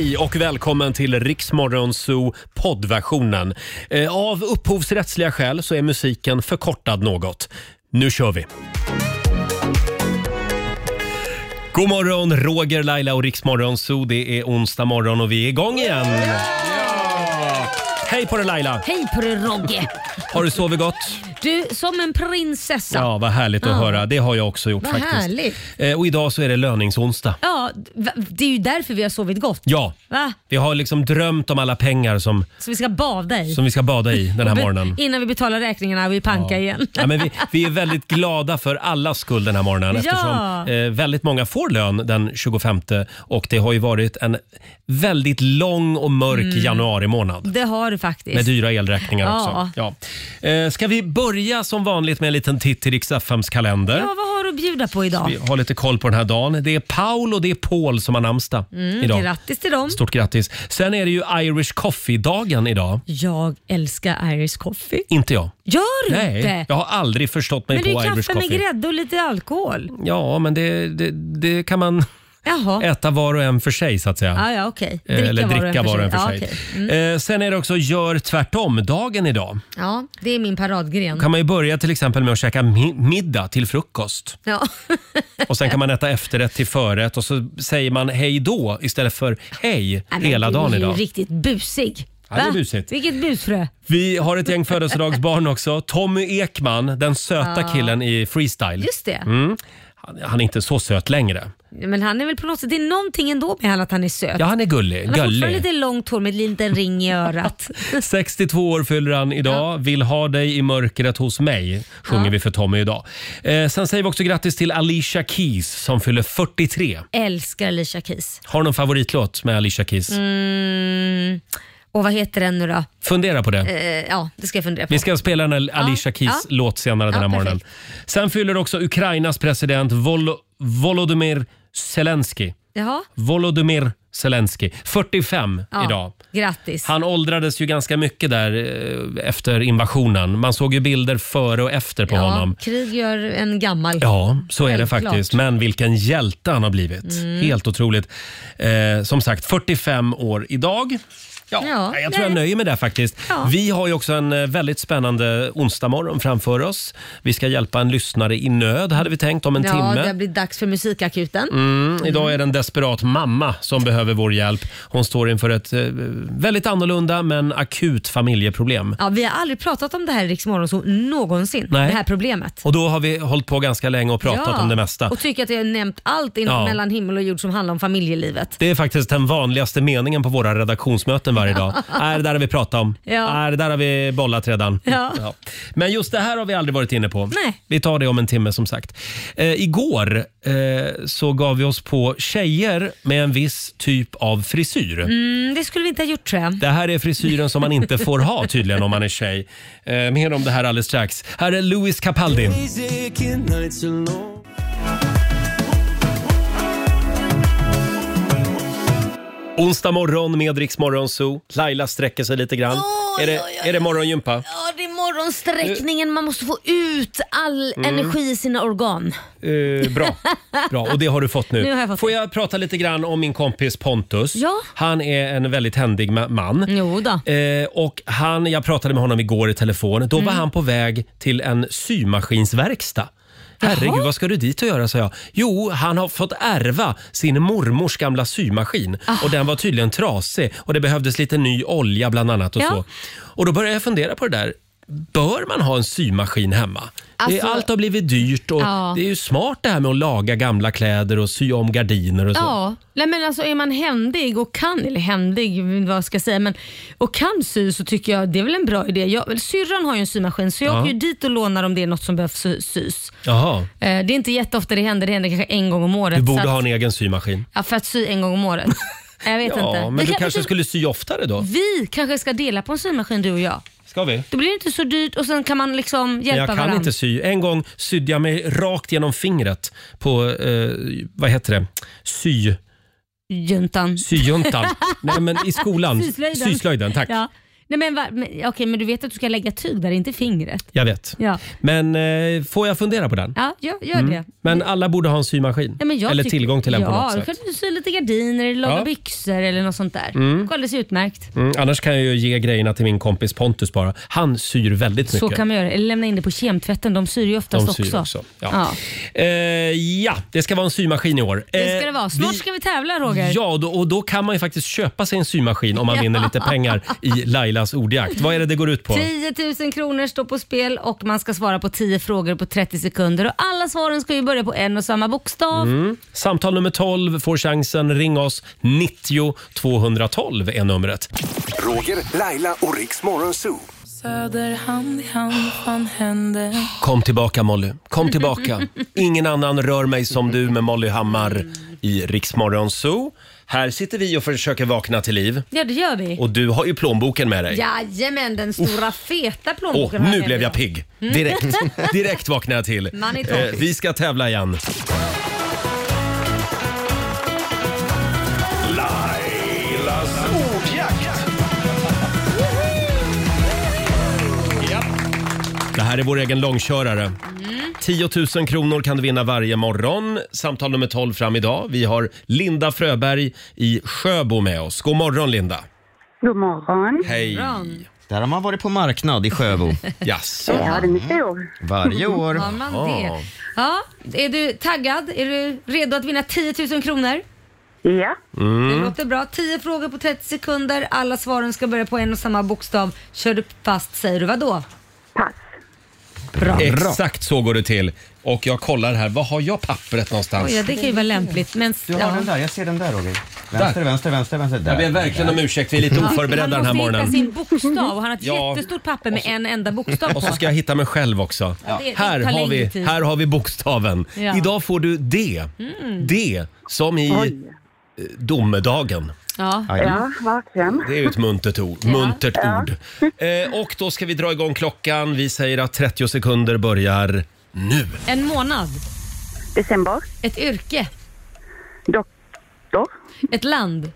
Hej och välkommen till Rix Morgon Zoo poddversionen. Av upphovsrättsliga skäl så är musiken förkortad något. Nu kör vi! God morgon, Roger, Laila och Rix Morgon Zoo. Det är onsdag morgon och vi är igång igen. Hej på dig Laila! Hej på dig Roger! Har du sovit gott? Du, som en prinsessa. Ja, vad härligt att höra. Det har jag också gjort vad faktiskt. Härligt. Och idag så är det löningsonsdag. Ja, det är ju därför vi har sovit gott. Ja, Va? vi har liksom drömt om alla pengar som vi ska bada i. Som vi ska bada i den här morgonen. Innan vi betalar räkningarna och vi pankar igen. Ja, men vi är väldigt glada för alla skuld den här morgonen. Eftersom väldigt många får lön den 25. Och det har ju varit en väldigt lång och mörk januari månad. Det har det faktiskt. Med dyra elräkningar också. Ja. Ska vi börja som vanligt med en liten titt i Rix FMs kalender? Ja, vad har du att bjuda på idag? Vi har lite koll på den här dagen. Det är Paul och det är Paul som har namnsdag idag. Grattis till dem. Stort grattis. Sen är det ju Irish Coffee-dagen idag. Jag älskar Irish Coffee. Inte jag. Gör du Nej, inte? Jag har aldrig förstått mig på Irish Coffee. Men det är kaffe med grädde och lite alkohol. Ja, men det kan man... Jaha. Äta var och en för sig så att säga. Ja, okej. Dricka var och en för sig. Okay. Sen är det också gör tvärtom-dagen idag. Ja, det är min paradgren. Då kan man ju börja till exempel med att käka middag till frukost. Ja. Och sen kan man äta efterrätt till förrätt och så säger man hej då istället för hej hela dagen idag. Du är ju riktigt busig. Ja, det är busigt. Vilket busfrö. Vi har ett gäng födelsedagsbarn också. Tommy Ekman, den söta killen i freestyle. Just det. Han är inte så söt längre. Men han är väl på något sätt, det är någonting ändå med han att han är söt. Ja, han är gullig. Han har fortfarande lite långt hår med en liten ring i örat. 62 år fyller han idag. Vill ha dig i mörkret hos mig, sjunger vi för Tommy idag. Sen säger vi också grattis till Alicia Keys som fyller 43. Älskar Alicia Keys. Har du någon favoritlåt med Alicia Keys? Och vad heter den nu då? Fundera på det. Ja, det ska jag fundera på. Vi ska spela en Alicia Keys-låt senare den här morgonen. Sen fyller också Ukrainas president Volodymyr Zelensky. Jaha. Volodymyr Zelensky. 45 idag. Grattis. Han åldrades ju ganska mycket där efter invasionen. Man såg ju bilder före och efter på honom. Krig gör en gammal. Ja, så är det faktiskt. Men vilken hjälte han har blivit. Helt otroligt. Som sagt, 45 år idag. Ja, jag tror jag nöjer med det faktiskt. Ja. Vi har ju också en väldigt spännande onsdagmorgon framför oss. Vi ska hjälpa en lyssnare i nöd, hade vi tänkt, om en timme. Ja, det blir dags för musikakuten. Idag är det en desperat mamma som behöver vår hjälp. Hon står inför ett väldigt annorlunda men akut familjeproblem. Ja, vi har aldrig pratat om det här i Rix Morgon så någonsin. Nej. Det här problemet. Och då har vi hållit på ganska länge och pratat om det mesta. Och tycker att jag har nämnt allt mellan himmel och jord som handlar om familjelivet. Det är faktiskt den vanligaste meningen på våra redaktionsmöten varje dag. Det där har vi pratat om. Det där har vi bollat redan. Ja. Men just det här har vi aldrig varit inne på. Nej. Vi tar det om en timme som sagt. Igår så gav vi oss på tjejer med en viss typ av frisyr. Det skulle vi inte ha gjort, tror jag. Det här är frisyren som man inte får ha tydligen om man är tjej. Mer om det här alldeles strax. Här är Louis Capaldi. Onsdag morgon med Rix Morgon Zoo. Laila sträcker sig lite grann. Är det morgongympa? Ja, det är morgonsträckningen. Man måste få ut all energi i sina organ. Bra, och det har du fått nu. Nu har jag fått. Får jag prata lite grann om min kompis Pontus? Ja. Han är en väldigt händig man. Jo då. Och jag pratade med honom igår i telefon. Då var han på väg till en symaskinsverkstad. Herregud, vad ska du dit och göra, sa jag. Jo, han har fått ärva sin mormors gamla symaskin. Och den var tydligen trasig. Och det behövdes lite ny olja bland annat och så. Och då började jag fundera på det där. Bör man ha en symaskin hemma? Alltså, allt har blivit dyrt och det är ju smart det här med att laga gamla kläder och sy om gardiner och så. Ja, men alltså är man händig och vad ska jag säga, men och kan sy, så tycker jag det är väl en bra idé. Syrran har ju en symaskin så jag åker ju dit och lånar om det är något som behövs sys. Jaha. Det är inte jätteofta det händer kanske en gång om året. Du borde ha en egen symaskin. Ja, för att sy en gång om året. Jag vet inte. Men du kanske skulle sy oftare då? Vi kanske ska dela på en symaskin, du och jag. Ska vi? Då blir det inte så dyrt och sen kan man liksom hjälpa varandra. Jag kan inte sy. En gång sydde jag mig rakt genom fingret på, vad heter det? Syjuntan. Nej, men i skolan. Syslöjden, tack. Ja. Nej, men du vet att du ska lägga tyg där, inte fingret. Jag vet. Ja. Men får jag fundera på den? Ja, gör det. Men alla borde ha en symaskin. Eller tillgång till den på något sätt. Ja, du kan sy lite gardiner eller laga byxor eller något sånt där. Det går alldeles utmärkt. Annars kan jag ju ge grejerna till min kompis Pontus bara. Han syr väldigt mycket. Så kan man göra. Eller lämna in det på kemtvätten. De syr ju oftast också. Ja. Det ska vara en symaskin i år. Det ska det vara. Snart ska vi tävla, Roger. Ja, och då kan man ju faktiskt köpa sig en symaskin om man vinner lite pengar i Lailas ordjakt. Vad är det går ut på? 10 000 kronor står på spel och man ska svara på 10 frågor på 30 sekunder. Och alla svaren ska ju börja på en och samma bokstav. Samtal nummer 12 får chansen. Ring oss. 90 212 är numret. Roger, Laila och Riks Morgonzoo. Söder hand i hand fan hände. Kom tillbaka, Molly. Kom tillbaka. Ingen annan rör mig som du med Molly Hammar i Riks Morgonzoo. Här sitter vi och försöker vakna till liv. Ja, det gör vi. Och du har ju plånboken med dig. Jajamän, den stora feta plånboken. Nu blev jag pigg. Direkt vaknade jag till. Vi ska tävla igen. Lailas ordjakt. Det här är vår egen långkörare. 10 000 kronor kan du vinna varje morgon. Samtal nummer 12 fram idag. Vi har Linda Fröberg i Sjöbo med oss. God morgon, Linda. God morgon. Hej. Där har man varit på marknad i Sjöbo. Jaså. Ja, det är mycket år. Varje år. Har man det? Ja, är du taggad? Är du redo att vinna 10 000 kronor? Ja. Det låter bra. 10 frågor på 30 sekunder. Alla svaren ska börja på en och samma bokstav. Kör du fast säger du vad då? Pass. Bra. Exakt så går det till. Och jag kollar här. Vad har jag pappret någonstans? Oj, ja, det kan ju vara lämpligt. Men, Du har den där, jag ser den där, Roger. Vänster. Där. Jag ber verkligen om ursäkt, vi är lite oförberedda den här morgonen. Han måste hitta sin bokstav och han har ett jättestort papper med en enda bokstav på. Och så ska jag hitta mig själv också. Det Här har vi bokstaven. Ja. Idag får du D. D som i domedagen. Ja. Ja, verkligen. Det är ju ett muntert ord. Och då ska vi dra igång klockan. Vi säger att 30 sekunder börjar nu. En månad. December. Ett yrke. Doktor. Ett land.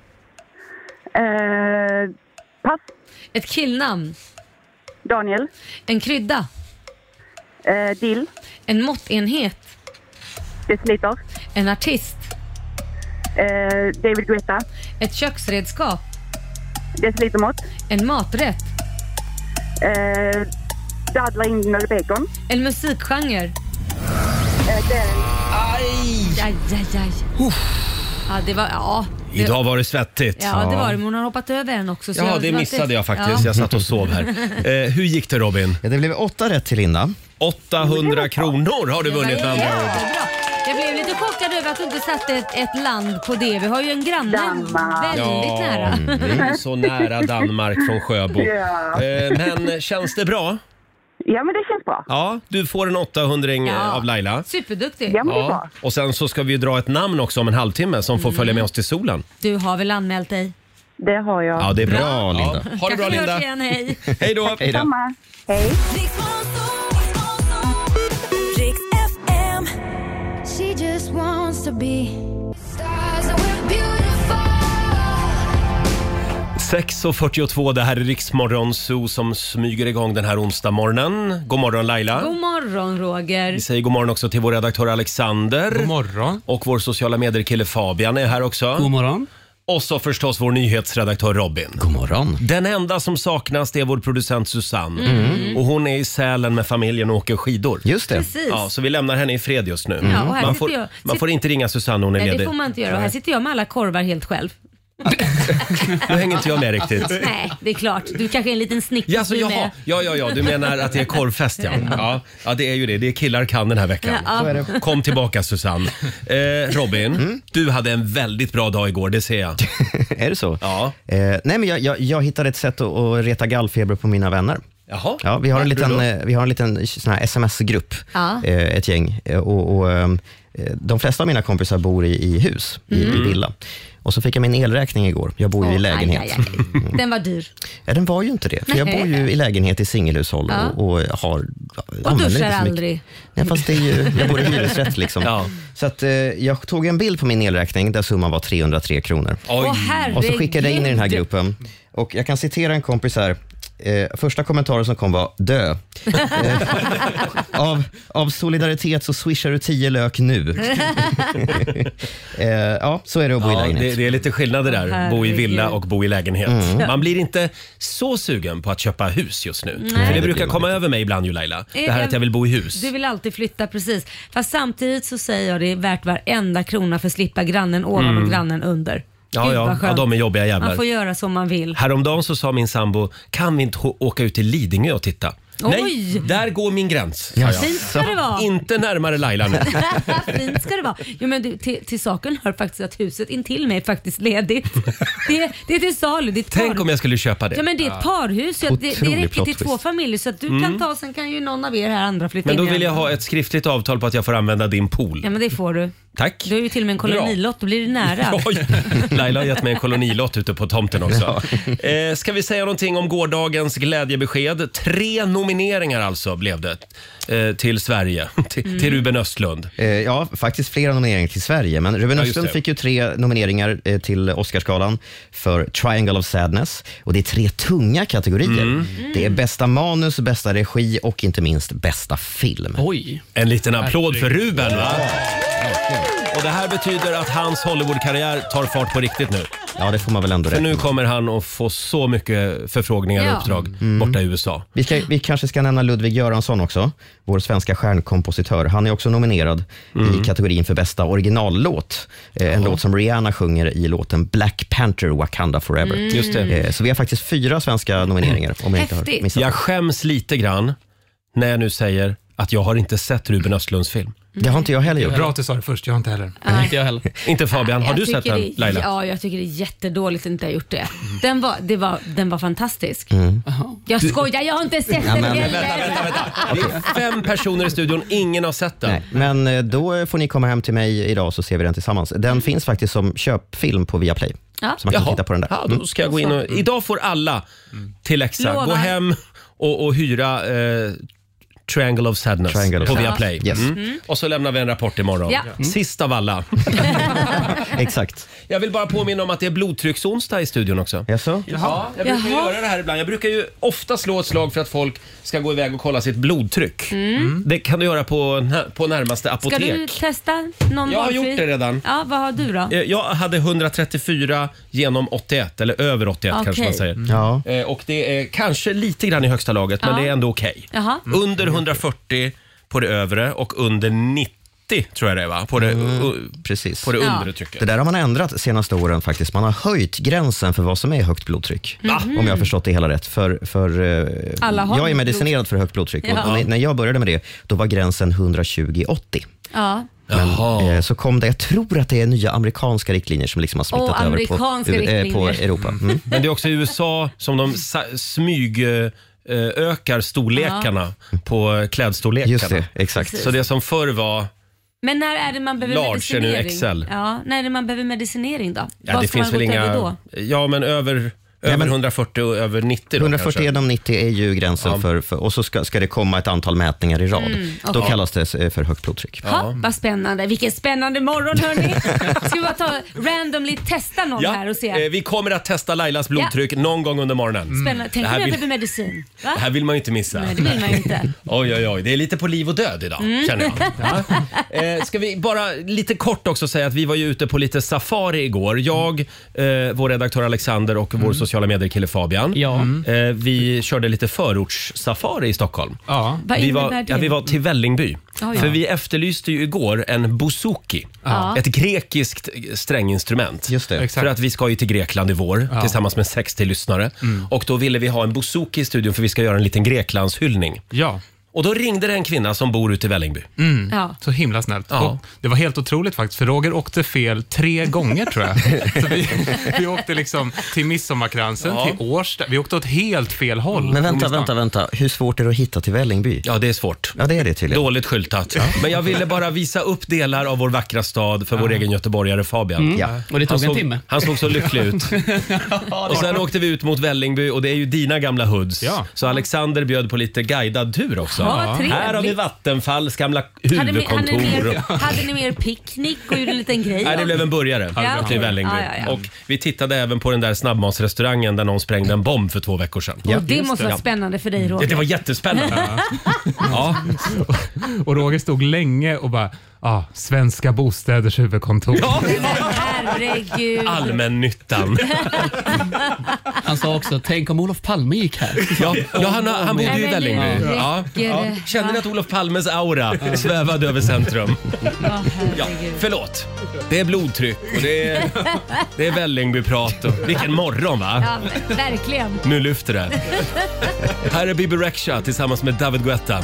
Pass. Ett killnamn. Daniel. En krydda. Dill. En måttenhet. Deciliter. En artist. David Guetta. Ett köksredskap. Decilitermått. En maträtt. Dadlar in eller bacon. En musikgenre. Aj. Ja, det var... Ja. Idag var det svettigt. Ja, det var det. Men hon har hoppat över en också. Så Ja, det missade jag faktiskt. Jag satt och sov här. Hur gick det, Robin? Ja, det blev 8 rätt till Linda. 800 kronor har du vunnit med andra ord. Jättebra. Jag blev lite chockad över att du inte satte ett land på det. Vi har ju en granne väldigt nära. Det är ju så nära Danmark från Sjöbo. Ja. Men känns det bra? Ja, men det känns bra. Ja, du får en 800 av Laila. Superduktig. Ja, men det är bra. Och sen så ska vi dra ett namn också om en halvtimme som får följa med oss till solen. Du har väl anmält dig? Det har jag. Ja, det är bra. Bra, Linda. Ja. Ha det bra, Kanske Linda. hörs igen, hej. Hej då. Hej då. Samma. Hej. Riks FM. She just wants to be stars and we're beautiful. 6:42, det här är Riks Morgonzoo som smyger igång den här onsdag morgonen. God morgon, Laila. God morgon, Roger. Vi säger god morgon också till vår redaktör Alexander. God morgon. Och vår sociala medier-kille Fabian är här också. God morgon. Och så förstås vår nyhetsredaktör Robin. God morgon. Den enda som saknas det är vår producent Susanne. Och hon är i Sälen med familjen och åker skidor. Just det. Precis. Ja, så vi lämnar henne i fred just nu. Ja, och här Man, sitter får, jag. man får inte ringa Susanne när hon är Nej, ledig. det får man inte göra. Och här sitter jag med alla korvar helt själv. Nu hänger inte jag med riktigt. Nej, det är klart. Du kanske är en liten snickare. Ja, så jaha. Ja, du menar att det är korvfest, ja. Ja, det är ju det. Det är killar kan den här veckan. Ja. Kom tillbaka, Susanne. Robin, du hade en väldigt bra dag igår, det ser jag. Är det så? Ja. Nej, men jag hittade ett sätt att reta gallfeber på mina vänner. Jaha. Ja, vi har en liten sån här sms-grupp, Ja. ett gäng. Och de flesta av mina kompisar bor i hus, i villa. Och så fick jag min elräkning igår. Jag bor ju i lägenhet. Aj. Den var dyr. Ja, den var ju inte det. För jag bor ju i lägenhet i singelhushåll och har... Och duschar aldrig. Nej, fast det är ju, jag bor i hyresrätt liksom. Ja. Så att jag tog en bild på min elräkning där summan var 303 kronor. Oj. Åh, herregud. Och så skickade jag in i den här gruppen. Och jag kan citera en kompis här. Första kommentaren som kom var dö. Av solidaritet så swishar du 10 lök nu. Ja, så är det att bo i lägenhet. Det är lite skillnader där, bo i villa och bo i lägenhet. Man blir inte så sugen på att köpa hus just nu. För det brukar komma över mig ibland ju, Laila. Det här att jag vill bo i hus. Du vill alltid flytta, precis. Fast samtidigt så säger jag det är värt varenda krona för att slippa grannen ovan och grannen under. Ja, de är jobbiga jävlar. Man får göra som man vill. Häromdagen så sa min sambo, kan vi inte åka ut till Lidingö och titta? Oj. Nej, där går min gräns. Fint ska det vara. Inte närmare Laila nu. Fint ska det vara. Jo, men du, till saken hör faktiskt att huset intill mig är faktiskt ledigt. Det är till salu. Tänk om jag skulle köpa det. Ja, men det är ett parhus. Det räcker till 2 familjer så att du kan ta, sen kan ju någon av er här andra flytta in. Men då vill jag ha ett skriftligt avtal på att jag får använda din pool. Ja, men det får du. Tack. Du är ju till och med en kolonilott, då blir det nära. Laila har gett mig en kolonilott ute på tomten också. Ska vi säga någonting om gårdagens glädjebesked? 3 nomineringar alltså blev det till Sverige, till Ruben Östlund. Ja, faktiskt flera nomineringar till Sverige. Men Ruben Östlund fick ju 3 nomineringar till Oscarsgalan för Triangle of Sadness. Och det är 3 tunga kategorier. Det är bästa manus, bästa regi och inte minst bästa film. Oj. En liten applåd för Ruben, va? Och det här betyder att hans Hollywood-karriär tar fart på riktigt nu. Ja, det får man väl ändå räkna. För nu kommer han att få så mycket förfrågningar och uppdrag borta i USA. Vi kanske ska nämna Ludvig Göransson också, vår svenska stjärnkompositör. Han är också nominerad i kategorin för bästa originallåt. En låt som Rihanna sjunger i låten Black Panther Wakanda Forever. Just det. Så vi har faktiskt 4 svenska nomineringar. Om jag inte har missat. Jag skäms lite grann när jag nu säger att jag har inte sett Ruben Östlunds film. Det har inte jag heller gjort. Bra att du sa det först, jag har inte heller. Inte jag heller. Inte Fabian, har du sett den, Laila? Ja, jag tycker det är jättedåligt att inte ha gjort det. Den var fantastisk. Jag skojar, jag har inte sett den heller. Det är 5 personer i studion, ingen har sett den. Nej, men då får ni komma hem till mig idag så ser vi den tillsammans. Den finns faktiskt som köpfilm på Viaplay. Ja. Så man kan titta på den där. Ja, då ska jag gå in och... Idag får alla till läxa gå hem och hyra... Triangle of Sadness på Viaplay. Yes. Och så lämnar vi en rapport imorgon. Ja. Sist av alla. Exakt. Jag vill bara påminna om att det är blodtrycksonsdag i studion också. Jaså? Ja, jag brukar göra det här ibland. Jag brukar ju ofta slå ett slag för att folk ska gå iväg och kolla sitt blodtryck. Det kan du göra på närmaste apotek. Ska du testa någon? Jag har gjort det redan. Ja, vad har du då? Jag hade 134 genom 81, eller över 81 kanske man säger. Ja. Och det är kanske lite grann i högsta laget, men det är ändå okej. Under 140 på det övre och under 90 tror jag det var på det, precis. På det undre trycket. Det där har man ändrat senaste åren faktiskt. Man har höjt gränsen för vad som är högt blodtryck. Om jag har förstått det hela rätt. För jag är medicinerad för högt blodtryck. Och när jag började med det, då var gränsen 120/80. Ja. Men så kom det, jag tror att det är nya amerikanska riktlinjer som liksom har smittat över på Europa. Men det är också i USA som de ökar storlekarna på klädstorlekarna. Just det, exakt. Så det som förr var... Men när är det man behöver medicinering? Large, nu XL. Ja, när är det man behöver medicinering då? Ja, det finns väl inga... Då? Ja, men över 140 och över 90 då, 140 genom 90 är ju gränsen för och så ska det komma ett antal mätningar i rad. Då kallas det för högt blodtryck. Vad spännande. Vilken spännande morgon, hörni. Ska vi bara randomly testa någon här och se? Vi kommer att testa Lailas blodtryck någon gång under morgonen. Spännande. Tänk om jag behöver medicin. Va? Det här vill man ju inte missa. Nej, det vill man ju inte. Oj. Det är lite på liv och död idag, känner jag. Ska vi bara lite kort också säga att vi var ju ute på lite safari igår. Jag, vår redaktör Alexander och vår sociala medier-kille Fabian. Vi körde lite förortssafari i Stockholm. Vi var till Vällingby. För vi efterlyste ju igår en bouzouki. Ett grekiskt stränginstrument. Just det. För att vi ska ju till Grekland i vår tillsammans med 60 lyssnare. Och då ville vi ha en bouzouki i studion för vi ska göra en liten Greklandshyllning. Ja. Och då ringde det en kvinna som bor ute i Vällingby. Så himla snällt. Det var helt otroligt faktiskt, för Roger åkte fel 3 gånger tror jag. Så vi åkte liksom till Midsommarkransen, till Årsta. Vi åkte åt helt fel håll. Men vänta. Hur svårt är det att hitta till Vällingby? Ja, det är svårt. Ja, det är det tydligen. Dåligt skyltat. Men jag ville bara visa upp delar av vår vackra stad för vår egen göteborgare Fabian. Och det tog en timme. Han såg så lycklig ut. Och sen åkte vi ut mot Vällingby och det är ju dina gamla hoods. Så Alexander bjöd på lite guidad tur också. också. Ja, här har vi Vattenfalls gamla huvudkontor. Hade ni mer picknick och gjorde en liten grej? Nej, det blev en burgare till Vällingby. Och vi tittade även på den där snabbmatsrestaurangen där någon sprängde en bomb för 2 veckor sedan. Och det måste vara spännande för dig, Roger. Det var jättespännande. Ja. Och Roger stod länge och bara, Svenska Bostäders huvudkontor. Ja. Herregud. Allmännyttan. Han sa också, tänk om Olof Palme gick här. Ja, han bodde ju i Vällingby. Ja. Kände ni att Olof Palmes aura svävade över centrum? Ja, förlåt. Det är blodtryck och det är Vällingby-prat. Vilken morgon, va? Ja, verkligen. Nu lyfter det. Här är Bibi Rexha tillsammans med David Guetta.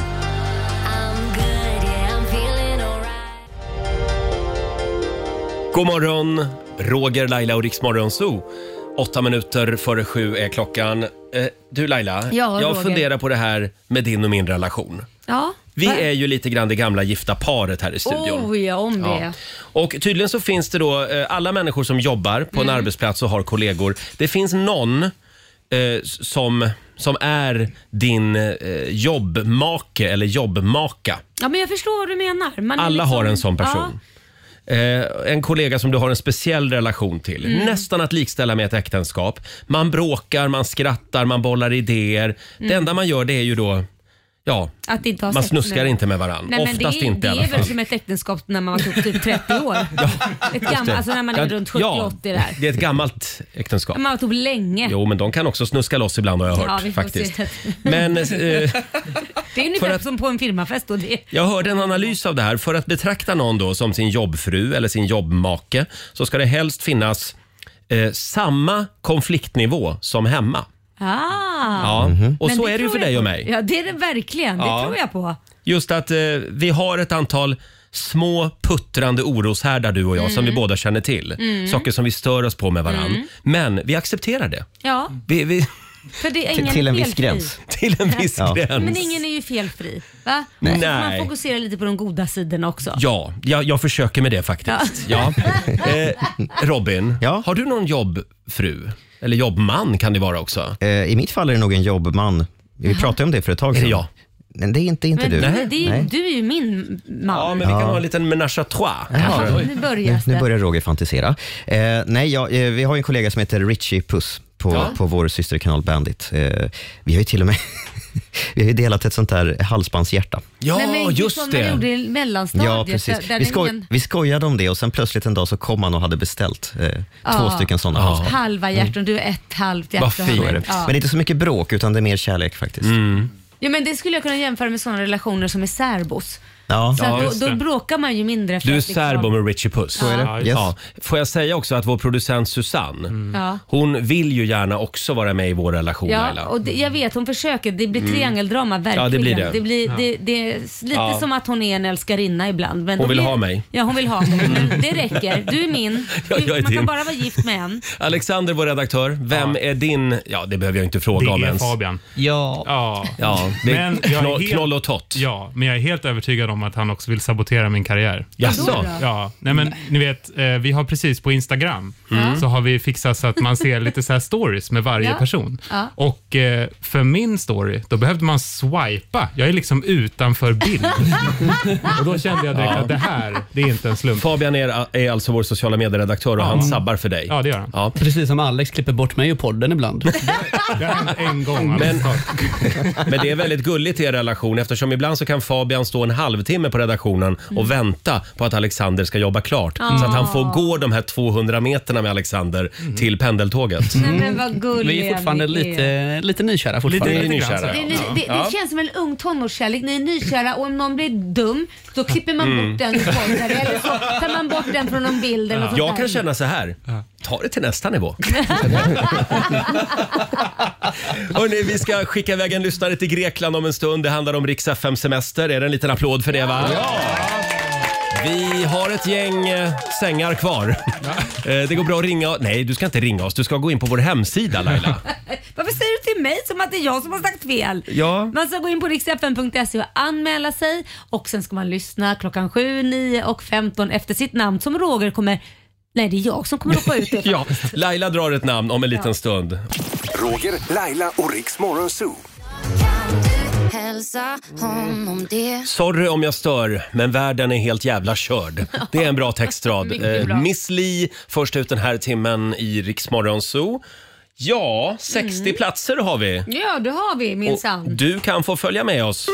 God morgon, Roger, Laila och Riksmorgon Zoo. 8 minuter före 7 är klockan. Du Laila, jag funderar på det här med din och min relation. Ja. Vi är ju lite grann det gamla gifta paret här i studion. Ja, om det. Ja. Och tydligen så finns det då alla människor som jobbar på en arbetsplats och har kollegor. Det finns någon som är din jobbmake eller jobbmaka. Ja, men jag förstår vad du menar. Alla har en sån person. Ja. En kollega som du har en speciell relation till. Nästan att likställa med ett äktenskap. Man bråkar, man skrattar, man bollar idéer. Det enda man gör det är ju då att inte ha man sex snuskar med. inte med varandra. Nej, Oftast inte i alla Det är fall. väl som ett äktenskap när man var typ 30 år. Alltså när man är runt 70-80 där. Det är ett gammalt äktenskap. Man var typ länge. Jo, men de kan också snuska loss ibland, har jag hört. Vi får faktiskt. se. Men, det är ungefär som på en firmafest. Och det. Jag hörde en analys av det här. För att betrakta någon då som sin jobbfru eller sin jobbmake så ska det helst finnas samma konfliktnivå som hemma. Ja, och men så är det ju för dig och mig. Ja, det är det verkligen. Det tror jag på. Just att vi har ett antal små puttrande oroshärdar du och jag som vi båda känner till. Saker som vi stör oss på med varann. Men vi accepterar det. Ja. För det är ingen till en viss gräns. Till en viss gräns. Men ingen är ju felfri. Va? Nej. Man fokuserar lite på de goda sidorna också. Ja, jag försöker med det faktiskt. Ja. Robin, har du någon jobbfru? Eller jobbman kan det vara också. I mitt fall är det nog en jobbman. Vi pratade om det för ett tag sedan. Är det jag? Men det är inte men du. Nej. Du är ju min man. Ja, men vi kan ha en liten menage à trois. Nu börjar Roger fantisera. Vi har en kollega som heter Richie Puss på vår systerkanal Bandit. Vi har ju till och med vi har ju delat ett sånt där halsbandshjärta. Ja, just det. Man gjorde i mellanstadiet. Ja, precis. Vi skojade om det och sen plötsligt en dag så kom han och hade beställt 2 stycken sådana halsband. Halva hjärtan, du är ett halvt hjärta. Vad fint. Men det är inte så mycket bråk utan det är mer kärlek faktiskt. Ja, men det skulle jag kunna jämföra med sådana relationer som är särbos. Ja. Så då bråkar man ju mindre. Du är särbo med Richie Puss. Så är det. Yes. Ja. Får jag säga också att vår producent Susanne, hon vill ju gärna också vara med i vår relation. Ja, och jag vet, hon försöker. Det blir triangeldrama, verkligen. Ja, det blir det. Det är lite som att hon är en älskarinna ibland. Men hon vill ha mig. Ja, hon vill ha mig. Men det räcker. Du är min. Man kan bara vara gift med en. Alexander, vår redaktör, vem är din... Ja, det behöver jag inte fråga om ens. Det är Fabian. Ja. Det är knoll och tott. Ja, men jag är helt övertygad om att han också vill sabotera min karriär. Jaså? Ja, nej men ni vet, vi har precis på Instagram så har vi fixat så att man ser lite så här stories med varje person. Och för min story, då behövde man swipa. Jag är liksom utanför bild. Och då kände jag direkt att det här, det är inte en slump. Fabian är alltså vår sociala medieredaktör och han sabbar för dig. Ja, det gör han. Ja. Precis som Alex klipper bort mig och podden ibland. Det har hänt en gång. Men det är väldigt gulligt i er relation eftersom ibland så kan Fabian stå en halvtimme på redaktionen och vänta på att Alexander ska jobba klart. Så att han får gå de här 200 meterna med Alexander till pendeltåget. Nej, men vad gullig. Vi är fortfarande lite nykära fortfarande. Lite nykära. Det känns som en ung tonårskärlek. Ni är nykära och om någon blir dum så klipper man bort den eller så tar man bort den från någon bild eller Jag kan känna så här. Ta det till nästa nivå. Hörrni, vi ska skicka iväg en lyssnare till Grekland om en stund. Det handlar om Rix FM semester. Är det en liten applåd för det, va? Ja! Vi har ett gäng sängar kvar. Det går bra att ringa. Nej, du ska inte ringa oss. Du ska gå in på vår hemsida, Laila. Varför säger du till mig som att det är jag som har sagt fel? Ja. Man ska gå in på riksfn.se och anmäla sig. Och sen ska man lyssna klockan 7, 9 och 15 efter sitt namn som Roger kommer... Nej, det är jag som kommer att hoppa ut det. Ja, Laila drar ett namn om en liten stund. Roger, Laila och Riks Morgon Zoo. hälsa honom det. Sorry om jag stör, men världen är helt jävla körd. Det är en bra textrad. Miss Li, först ut den här timmen i Rix Morgon Zoo. Ja, 60 platser har vi. Ja, det har vi minsann. Du kan få följa med oss.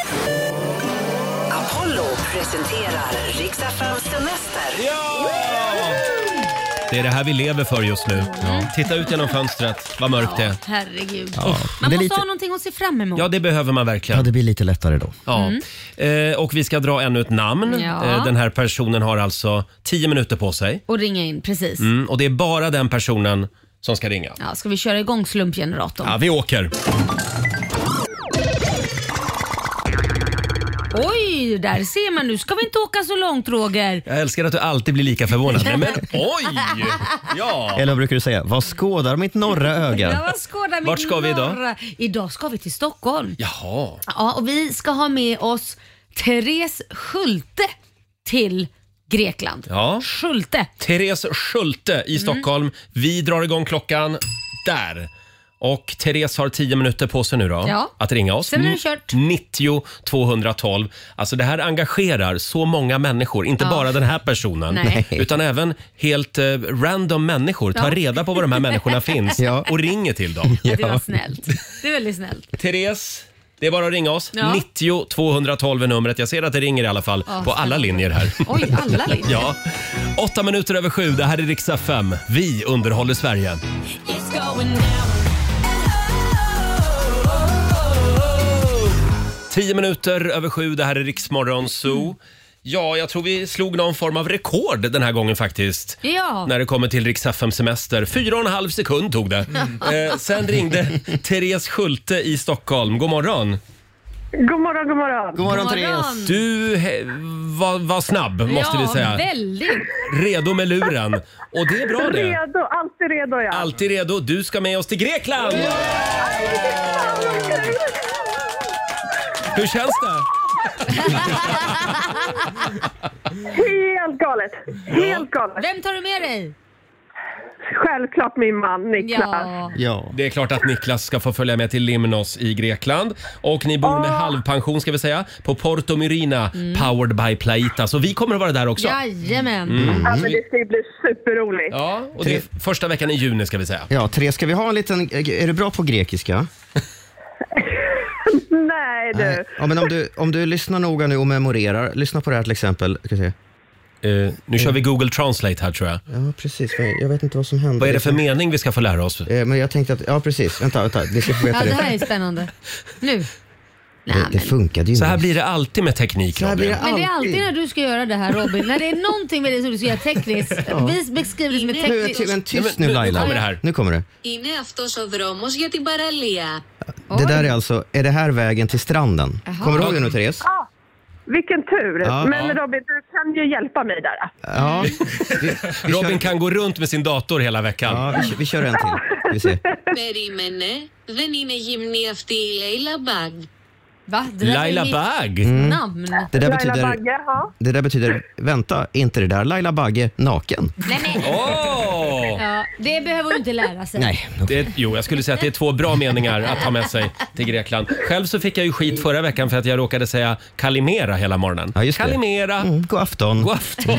Apollo presenterar Rix FM:s semester. Ja! Det är det här vi lever för just nu. Titta ut genom fönstret, vad mörkt det är. Herregud. Ja. Man Det är måste ha någonting att se fram emot. Ja, det behöver man verkligen. Ja, det blir lite lättare då. Ja. Och vi ska dra ännu ett namn. Ja. Den här personen har alltså 10 minuter på sig. Och ringa in, precis. Och det är bara den personen som ska ringa. Ja, ska vi köra igång slumpgeneratorn? Ja, vi åker. Oj, där ser man. Nu ska vi inte åka så långt, Roger. Jag älskar att du alltid blir lika förvånad. Nej, men oj! Ja. Eller brukar du säga, vad skådar mitt norra öga? Vart ska vi idag? Idag ska vi till Stockholm. Jaha. Ja, och vi ska ha med oss Therese Schulte till Grekland. Ja. Schulte. Therese Schulte i Stockholm. Vi drar igång klockan där. Och Therese har 10 minuter på sig nu då att ringa oss. Sen är det kört. 90 212. Alltså det här engagerar så många människor. Inte bara den här personen. Nej. Utan även helt random människor. Ta reda på var de här människorna finns och ringer till dem. Ja, det var snällt. Det är väldigt snällt. Therese, det är bara att ringa oss. Ja. 90 212 är numret. Jag ser att det ringer i alla fall på alla linjer här. Oj, alla linjer. Ja. 8 minuter över 7. Det här är Rix FM. Vi underhåller Sverige. 10 minuter över 7, det här är Rix Morgon Zoo. Ja, jag tror vi slog någon form av rekord den här gången faktiskt. Ja. När det kommer till Rix FM semester. 4,5 sekund tog det. Sen ringde Therese Schulte i Stockholm. God morgon. God morgon, god morgon. God morgon, Therese. Du var snabb, måste vi säga. Väldigt. Redo med luren. Och det är bra det. Redo, alltid redo ja. Alltid redo. Du ska med oss till Grekland. Hur känns det? Helt galet. Helt galet. Vem tar du med dig? Självklart min man Niklas. Ja. Det är klart att Niklas ska få följa med till Limnos i Grekland. Och ni bor med halvpension ska vi säga på Porto Myrina, powered by Plaita. Så vi kommer att vara där också. Jajamän. Alltså det ska ju bli superroligt. Ja, och det är första veckan i juni ska vi säga. Ja, Therese, ska vi ha en liten... Är du bra på grekiska? Nej du. Ja, men om du lyssnar noga nu och memorerar. Lyssna på det här till exempel. Ska se. Nu kör vi Google Translate här tror jag. Ja, precis. Jag vet inte vad som händer. Vad är det för mening vi ska få lära oss? Men jag tänkte att... Ja, precis. Vänta. Vi ska få veta Ja, det här är spännande. Nu. Det funkade ju. Så här blir det alltid med teknik, Robin. Men det är alltid när du ska göra det här, Robin. När det är någonting med det som du ska göra tekniskt. Vi beskriver det som ett tekniskt... Men tyst nu, Laila. kommer det här. Nu kommer det. Είναι αυτός ο δρόμος για την παραλία. Det där är alltså... Är det här vägen till stranden? Kommer du ihåg det nu, Therese? Ja, vilken tur. Ja. Men Robin, du kan ju hjälpa mig där. Ja. Robin kan gå runt med sin dator hela veckan. Ja, vi kör en till. Vi ser. Περίμενε, δεν είναι γυμνή αυτή η Λέιλα Μπαγκ. Va? Laila Bagge. Namn. Det där Laila betyder... Bagge, ja. Det där betyder... Vänta, inte det där Laila Bagge naken? Nej, men. Ja, det behöver du inte lära sig. Nej. Jo, jag skulle säga att det är 2 bra meningar att ta med sig till Grekland. Själv så fick jag ju skit förra veckan för att jag råkade säga Kalimera hela morgonen. Ja, just det. Kalimera. God afton. God afton.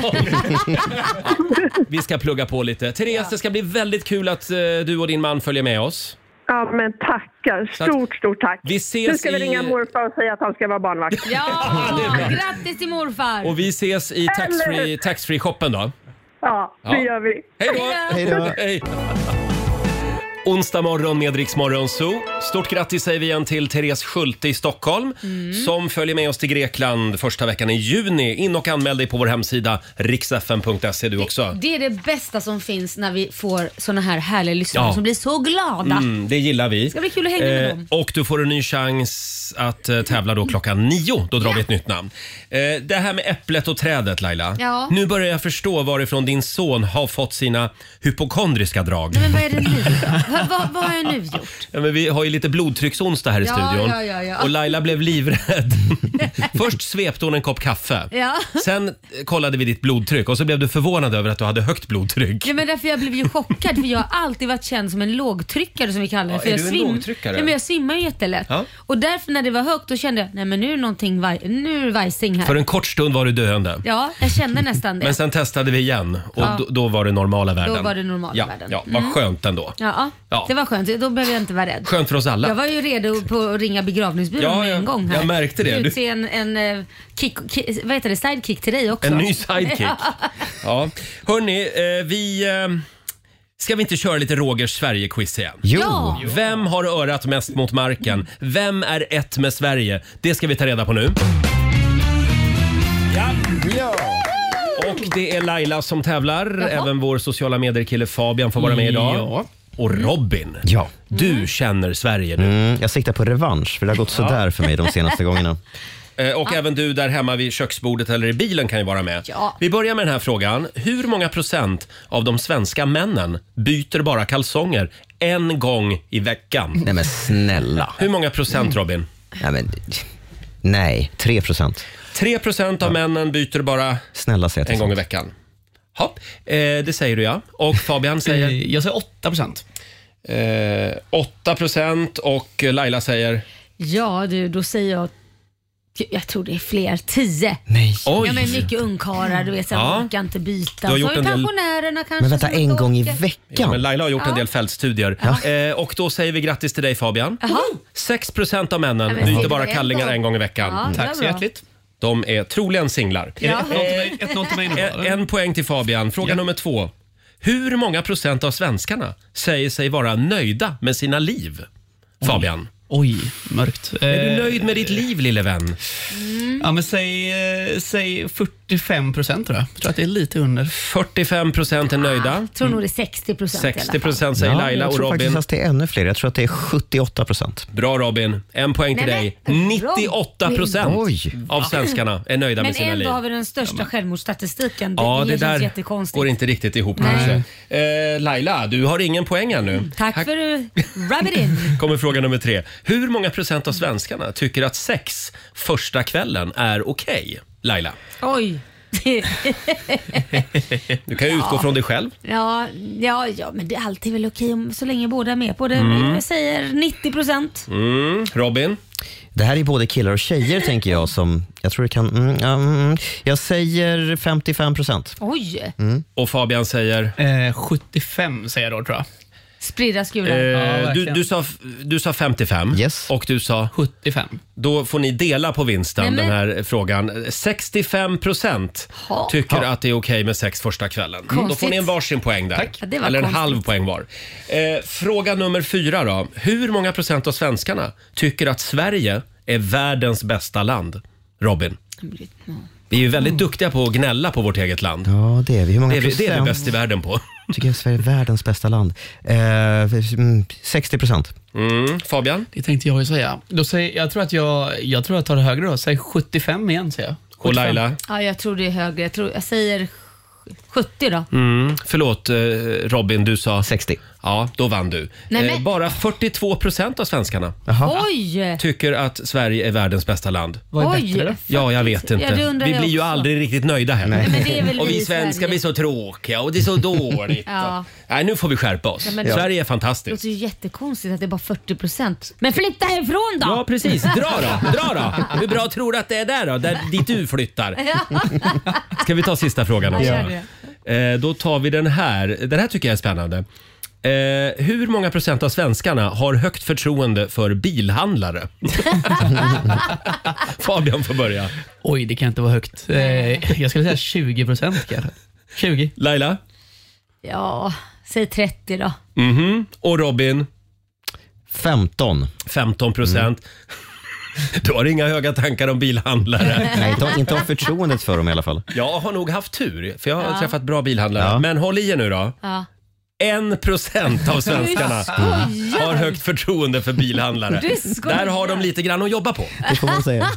Vi ska plugga på lite. Therese, det ska bli väldigt kul att du och din man följer med oss. Ja, men tackar. Stort tack. Vi ses nu ska vi ringa morfar och säga att han ska vara barnvakt. Ja, grattis till morfar. Och vi ses i taxfree-shoppen då. Ja, det gör vi. Hej då! Hej då! Hej. Onsdag morgon med Rix Morgon Zoo. Stort grattis säger vi igen till Therese Schulte i Stockholm som följer med oss till Grekland första veckan i juni. In och anmäl dig på vår hemsida riksfm.se du också. Det är det bästa som finns när vi får såna här härliga lyssnare som blir så glada. Det gillar vi. Det ska bli kul att hänga med dem. Och du får en ny chans att tävla då klockan 9. Då drar vi ett nytt namn. Det här med äpplet och trädet, Laila. Ja. Nu börjar jag förstå varifrån din son har fått sina hypokondriska drag. Men vad är det nu då? Vad har jag nu gjort? Ja, men vi har ju lite blodtrycksonsdag här i studion. Ja. Och Laila blev livrädd. Först svepte hon en kopp kaffe. Ja. Sen kollade vi ditt blodtryck och så blev du förvånad över att du hade högt blodtryck. Ja, men därför jag blev ju chockad, för jag har alltid varit känd som en lågtryckare som vi kallar det. För är du en lågtryckare? Ja, men jag simmar ju jättelätt. Ja. Och därför när det var högt då kände jag, nej men nu är någonting nu är det vajsing här. För en kort stund var du döende. Ja, jag kände nästan det. Men sen testade vi igen och då var det normala värden. Då var det normala värden. Ja, vad skönt ändå. Ja, det var skönt. Då behöver jag inte vara rädd. Skönt för oss alla. Jag var ju redo på att ringa begravningsbyrån med en gång här. Jag märkte det. Utse en vad heter det? Sidekick till dig också. En ny sidekick. Ja. Hörrni, ska vi inte köra lite Rogers Sverige-quiz igen? Jo. Ja. Vem har örat mest mot marken? Vem är ett med Sverige? Det ska vi ta reda på nu. Ja. Och det är Laila som tävlar. Även vår sociala medier-kille Fabian får vara med idag. Ja. Och Robin, du känner Sverige nu. Jag siktar på revansch, för det har gått sådär för mig de senaste gångerna. Och även du där hemma vid köksbordet eller i bilen kan ju vara med. Ja. Vi börjar med den här frågan. Hur många procent av de svenska männen byter bara kalsonger en gång i veckan? Nej men snälla. Hur många procent, Robin? Nej, 3%. 3% av männen byter bara en gång i veckan. Ja, det säger du ja. Och Fabian säger? Jag säger 8%. 8% och Laila säger? Ja du, då säger jag tror det är fler, 10. Nej. Ja, men mycket ungkarlar, du vet, man kan inte byta. Så har pensionärerna kanske. Men vänta, en gång i veckan? Ja, men Laila har gjort en del fältstudier. Och då säger vi grattis till dig Fabian. 6% av männen byter bara kallingar en gång i veckan. Ja, tack så hjärtligt. De är troligen singlar. Ja. 1-0 till mig nu. En poäng till Fabian. Fråga nummer 2. Hur många procent av svenskarna säger sig vara nöjda med sina liv? Fabian. Oj, mörkt. Är du nöjd med ditt liv, lille vän? Ja, men säg 45% tror jag. Jag tror att det är lite under. 45% är nöjda. Jag tror nog det är 60%. 60% säger Laila och Robin. Jag tror faktiskt att det är ännu fler. Jag tror att det är 78%. Bra Robin. En poäng till dig. 98% av svenskarna är nöjda med sina liv. Men ändå har vi den största självmordsstatistiken. Ja, det där jättekonstigt. går inte riktigt ihop kanske. Laila, du har ingen poäng ännu. Tack för rub it in. Kommer fråga nummer 3. Hur många procent av svenskarna tycker att sex första kvällen är okej? Laila? Oj. Du kan ju utgå från dig själv. Ja, men det är alltid väl okej så länge båda är med på det. Jag säger 90%. Robin? Det här är både killar och tjejer tänker jag som jag tror det kan. Jag säger 55%. Oj. Och Fabian säger? 75 säger jag då tror jag. Spridda skurar. Du sa 55 yes. och du sa 75. Då får ni dela på vinsten den här frågan. 65% tycker att det är okej med sex första kvällen. Då får ni en varsin poäng där. Tack. Eller en halv poäng var. Fråga nummer 4 då. Hur många procent av svenskarna tycker att Sverige är världens bästa land? Robin? Vi är ju väldigt duktiga på att gnälla på vårt eget land. Ja, det är vi. Hur många procent? Det är vi bäst i världen på. Tycker jag Sverige är världens bästa land. 60%. Fabian? Det tänkte jag ju säga. Då säger, jag tror att jag tar det högre då. Säg 75 igen säger jag. 75. Och Laila? Ja, jag tror det är högre. Jag säger 70 då. Förlåt Robin, du sa 60. Ja, då vann du. Bara 42% av svenskarna tycker att Sverige är världens bästa land. Vad är bättre då? Ja, jag vet inte. Vi blir ju aldrig riktigt nöjda här. Nej. Och vi svenskar blir så tråkiga och det är så dåligt. Nej, nu får vi skärpa oss. Sverige är fantastiskt. Det låter ju jättekonstigt att det är bara 40%. Men flytta härifrån då! Ja, precis. Dra då. Hur bra tror du att det är där då? Dit du flyttar. Ska vi ta sista frågan också? Då tar vi den här. Den här tycker jag är spännande. Hur många procent av svenskarna har högt förtroende för bilhandlare? Fabian får börja. Oj, det kan inte vara högt. Jag skulle säga 20% kanske. 20. Laila? Ja, säg 30 då. Och Robin? 15%. Du har inga höga tankar om bilhandlare. Nej, inte om förtroendet för dem i alla fall. Jag har nog haft tur, för jag har träffat bra bilhandlare. Men håll i er nu då. 1% av svenskarna har högt förtroende för bilhandlare. Där har de lite grann att jobba på. Det får man säga.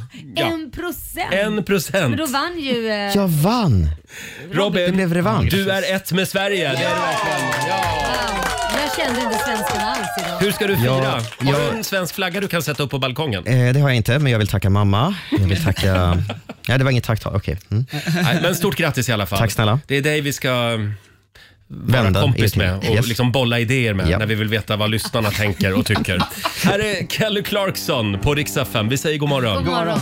1%. Men då vann ju... Jag vann. Robin, det blev revansch. Du är ett med Sverige. Det är du verkligen. Ja. Där kände inte svenskarna alls idag. Hur ska du fira? Har du en svensk flagga du kan sätta upp på balkongen? Det har jag inte, men jag vill tacka mamma. Jag vill tacka... Nej, det var inget tacktal. Okej. Mm. Nej, men stort grattis i alla fall. Tack snälla. Det är dig vi ska vara kompis med och liksom bolla idéer med när vi vill veta vad lyssnarna tänker och tycker. Här är Kelly Clarkson på Rix FM. Vi säger god morgon. God morgon.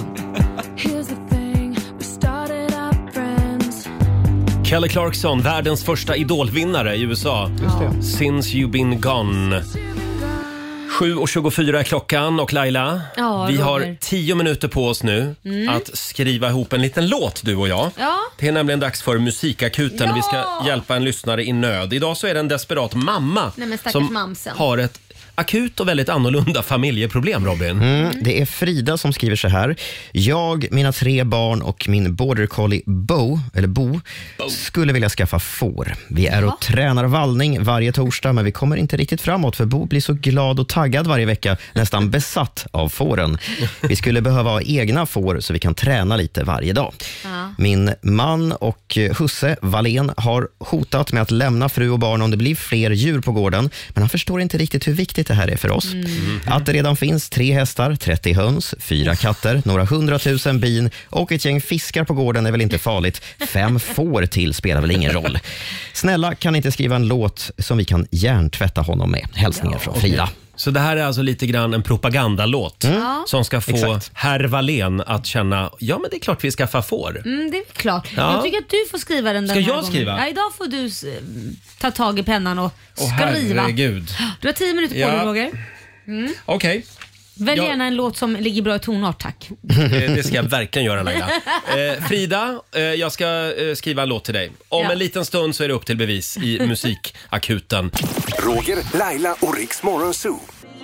Kelly Clarkson, världens första idolvinnare i USA. Since you've been gone. 7:24 är klockan och Laila, vi har 10 minuter på oss nu att skriva ihop en liten låt, du och jag. Ja. Det är nämligen dags för musikakuten. Vi ska hjälpa en lyssnare i nöd. Idag så är det en desperat mamma som har ett akut och väldigt annorlunda familjeproblem, Robin. Det är Frida som skriver så här. Jag, mina 3 barn och min border collie Bo skulle vilja skaffa får. Vi är och tränar vallning varje torsdag, men vi kommer inte riktigt framåt för Bo blir så glad och taggad varje vecka, nästan besatt av fåren. Vi skulle behöva ha egna får så vi kan träna lite varje dag. Min man och husse Wallén har hotat med att lämna fru och barn om det blir fler djur på gården, men han förstår inte riktigt hur viktigt det här är för oss. Att det redan finns 3 hästar, 30 höns, 4 katter, några 100 000 bin och ett gäng fiskar på gården är väl inte farligt. 5 får till spelar väl ingen roll. Snälla, kan inte skriva en låt som vi kan hjärntvätta honom med? Hälsningar från Frida. Så det här är alltså lite grann en propagandalåt som ska få herr Wallén att känna, ja men det är klart vi ska få får. Det är klart. Jag tycker att du får skriva den där gången. Ska jag skriva? Ja, idag får du ta tag i pennan och skriva. Herregud. Du har 10 minuter på dig, Roger. Okej. Välj gärna en låt som ligger bra i tonart, tack. Det ska jag verkligen göra, Laila. Frida, jag ska skriva en låt till dig. Om en liten stund så är det upp till bevis i musikakuten. Roger, Laila och Rix Morgon Zoo.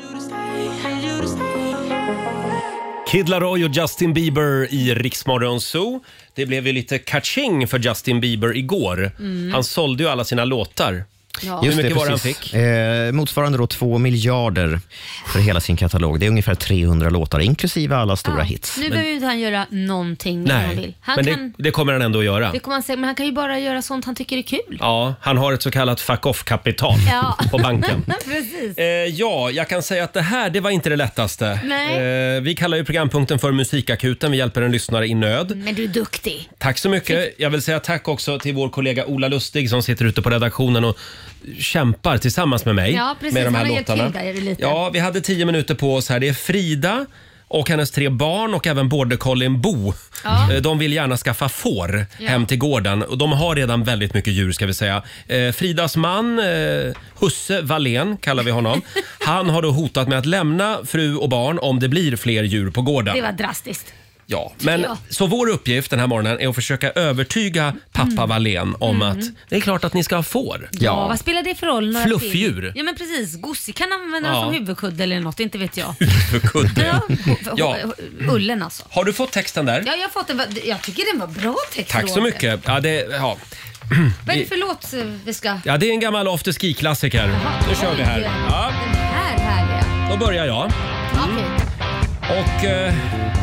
Kid Laroi och Justin Bieber i Rix Morgon Zoo. Det blev ju lite catching för Justin Bieber igår. Han sålde ju alla sina låtar. Hur mycket var han fick? Motsvarande då 2 miljarder för hela sin katalog. Det är ungefär 300 låtar, inklusive alla stora hits. Nu behöver inte han göra någonting när han vill. Det kommer han ändå att göra. Det kommer han säga, men han kan ju bara göra sånt han tycker är kul. Ja, han har ett så kallat fuck-off-kapital på banken. Precis. Jag kan säga att det var inte det lättaste. Nej. Vi kallar ju programpunkten för musikakuten. Vi hjälper en lyssnare i nöd. Men du är duktig. Tack så mycket. Jag vill säga tack också till vår kollega Ola Lustig som sitter ute på redaktionen och kämpar tillsammans med mig med de här låtarna. Ja, vi hade 10 minuter på oss här. Det är Frida och hennes 3 barn och även border collien Bo. De vill gärna skaffa får hem till gården och de har redan väldigt mycket djur, ska vi säga. Fridas man, husse Wallén kallar vi honom. Han har då hotat med att lämna fru och barn om det blir fler djur på gården. Det var drastiskt. Ja, men så vår uppgift den här morgonen är att försöka övertyga pappa Wallén om att det är klart att ni ska ha får. Ja, vad spelar det för roll? Fluffdjur. Ja, men precis. Gossi kan använda som huvudkudde eller något, inte vet jag. Huvudkudde? Ullen alltså. Har du fått texten där? Ja, jag har fått den. Jag tycker den var bra text. Tack så mycket. Ja, vad är det för låt vi ska... Ja, det är en gammal afterski-klassiker. Nu kör vi här. Ja. Den här härliga. Då börjar jag. Okej. Och...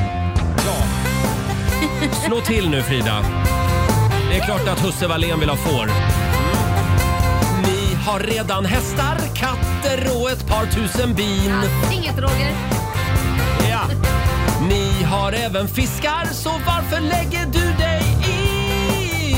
slå till nu, Frida. Det är klart att husse Wallén vill ha får. Ni har redan hästar, katter och ett par tusen bin. Inget, Roger. Ja. Ni har även fiskar, så varför lägger du dig i?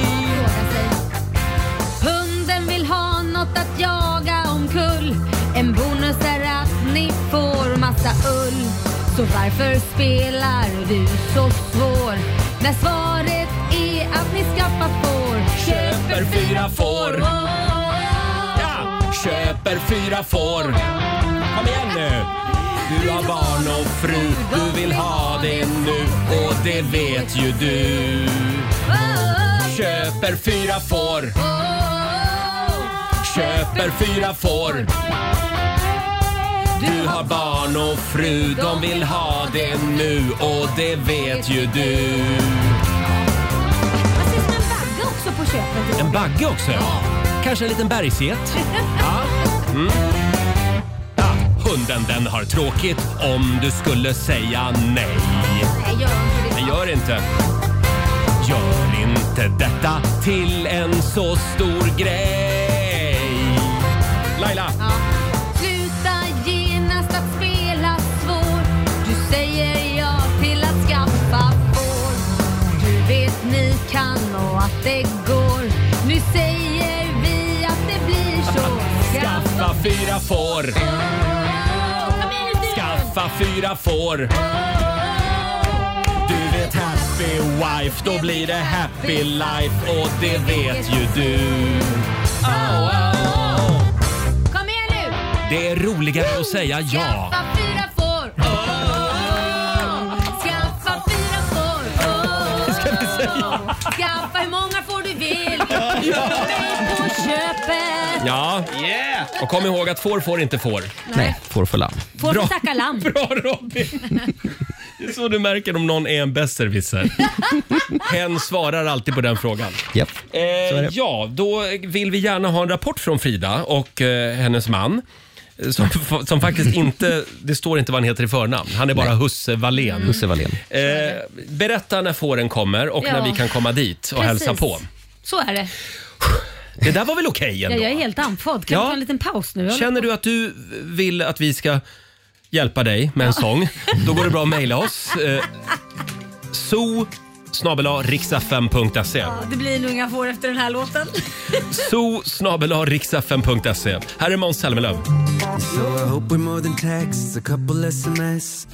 Hunden vill ha något att jaga omkull. En bonus är att ni får massa ull. Så varför spelar du så svår? När svaret är att ni skaffar får. Köper 4 får. Ja, köper 4 får. Kom igen nu. Du har barn och fru, du vill ha det nu och det vet ju du. Köper 4 får. Köper 4 får. Du har barn och fru, de vill ha det nu och det vet ju du. Vad sägs med en bagge också på köpet? En bagge också, ja. Kanske en liten bergsget. Ja. Ja, hunden den har tråkigt om du skulle säga nej. Nej, gör inte. Gör inte detta till en så stor grej. Laila. Ja. Sluta genast att spela svår. Du säger ja till att skaffa får. Du vet ni kan och att det går. Nu säger vi att det blir så. Skaffa 4 får. Skaffa 4 får. Du vet happy wife, då blir det happy life. Och det vet ju du. Kom igen nu. Det är roligare att säga ja. Skaffa 4 får. Skaffa 4 får. Ska vi säga? Skaffa hur många får du vill. På köpet. Ja. Och kom ihåg att får inte får. Nej, får för lamm. Får du tacka lamm. Bra Robin. Det är så du märker om någon är en besserwisser. Hen svarar alltid på den frågan. Yep. Ja, då vill vi gärna ha en rapport från Frida och hennes man. Som faktiskt inte, det står inte vad han heter i förnamn. Han är bara Husse Wallén. Husse Wallén. Berätta när fåren kommer och när vi kan komma dit och hälsa på. Så är det. Det där var väl okej ändå? Ja, jag är helt andfådd. Kan vi ta en liten paus nu? Känner du att du vill att vi ska hjälpa dig med en sång? Då går det bra att mejla oss. so@riksfm.se. Ja, det blir nog inga får efter den här låten. so@riksfm.se. Här är Måns Zelmerlöw. So I hope we're more than texts, a couple SMS.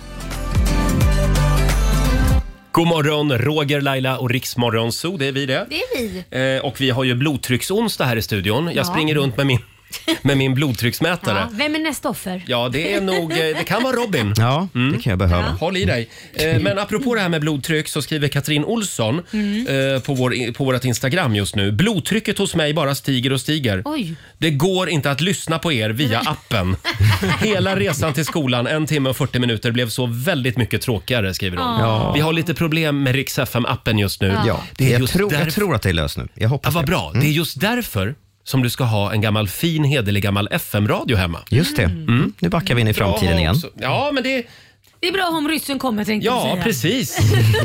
God morgon, Roger, Laila och Riksmorgon Zoo, det är vi det. Det är vi. Och vi har ju blodtrycksonsdag här i studion. Jag springer runt med min blodtrycksmätare. Ja, vem är nästa offer? Ja, det är nog, det kan vara Robin. Ja, det kan jag behöva. Håll i dig. Men apropå det här med blodtryck så skriver Katrin Olsson på vårt Instagram just nu. Blodtrycket hos mig bara stiger och stiger. Oj. Det går inte att lyssna på er via appen. Hela resan till skolan, 1 timme och 40 minuter, blev så väldigt mycket tråkigare, skriver hon. Ja. Vi har lite problem med Rix FM-appen just nu. Ja. Jag tror att det är löst nu. Jag hoppas vad bra. Det är just därför som du ska ha en gammal fin, hederlig gammal FM-radio hemma. Just det. Nu backar vi in i framtiden igen. Ja, men det är bra om ryssen kommer, tänkte jag säga. Ja, precis.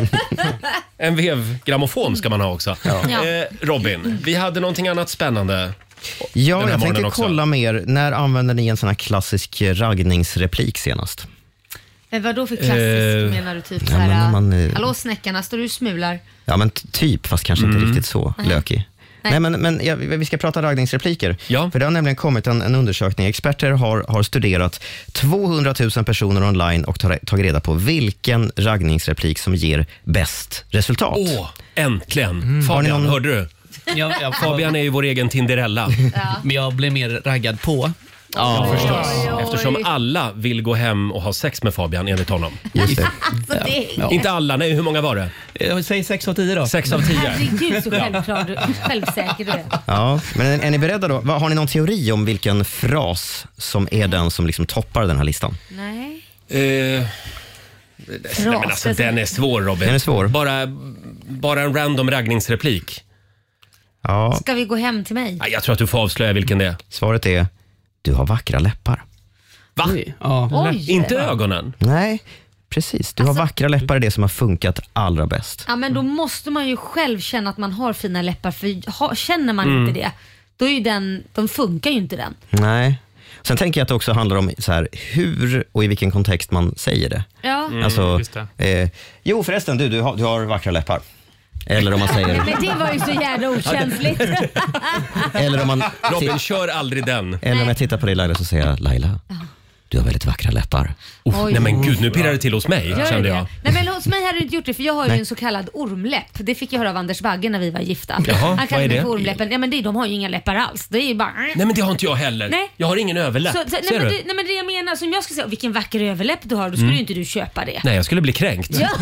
En vevgrammofon ska man ha också. Ja. Robin, vi hade någonting annat spännande. Ja, jag tänkte kolla mer. När använder ni en sån här klassisk raggningsreplik senast? Vad då för klassisk menar du? Typ såhär, hallå snäckarna, står du smular? Ja, men typ, fast kanske inte riktigt så lökig. Nej, men vi ska prata raggningsrepliker. Ja. För det har nämligen kommit en undersökning. Experter har studerat 200 000 personer online och tagit reda på vilken raggningsreplik som ger bäst resultat. Äntligen! Fabian, hörde du? Ja, Fabian är ju vår egen Tinderella. Men jag blev mer raggad på. Ja, förstås. Eftersom alla vill gå hem och ha sex med Fabian enligt honom. Just det. Ja. Inte alla, nej, hur många var det? Jag säger 6 av 10 då. 6 av 10. Herregud så självsäker du är. Ja, men är ni beredda då? Har ni någon teori om vilken fras som är den som liksom toppar den här listan? Nej. Nej, men alltså, den är svår, Robin. Den är svår. Bara en random raggningsreplik. Ja. Ska vi gå hem till mig? Jag tror att du får avslöja vilken det är. Svaret är: du har vackra läppar. Va? Oj. Inte ögonen? Nej, precis. Du har vackra läppar, är det som har funkat allra bäst. Ja, men då måste man ju själv känna att man har fina läppar. För känner man inte det, då är ju de funkar ju inte den. Nej. Sen tänker jag att det också handlar om så här, hur och i vilken kontext man säger det. Ja. Alltså, jo förresten, du har vackra läppar. Eller om man säger... Men det var ju så jävla okänsligt. Eller om man... Robin, kör aldrig den. Eller om jag tittar på dig, Laila, så säger jag: Laila, du har väldigt vackra läppar. Nej men gud, nu pirrar det till hos mig, kände jag. Nej, men hos mig hade du inte gjort det, för jag har ju en så kallad ormläpp. Det fick jag höra av Anders Bagge när vi var gifta. Jaha, vad är det? Ormläppen. Ja, men de har ju inga läppar alls. Det är ju bara... Nej, men det har inte jag heller. Nej. Jag har ingen överläpp. Nej, men det jag menar, som jag ska säga, vilken vacker överläpp du har, då skulle ju inte du köpa det. Nej, jag skulle bli kränkt. Ja.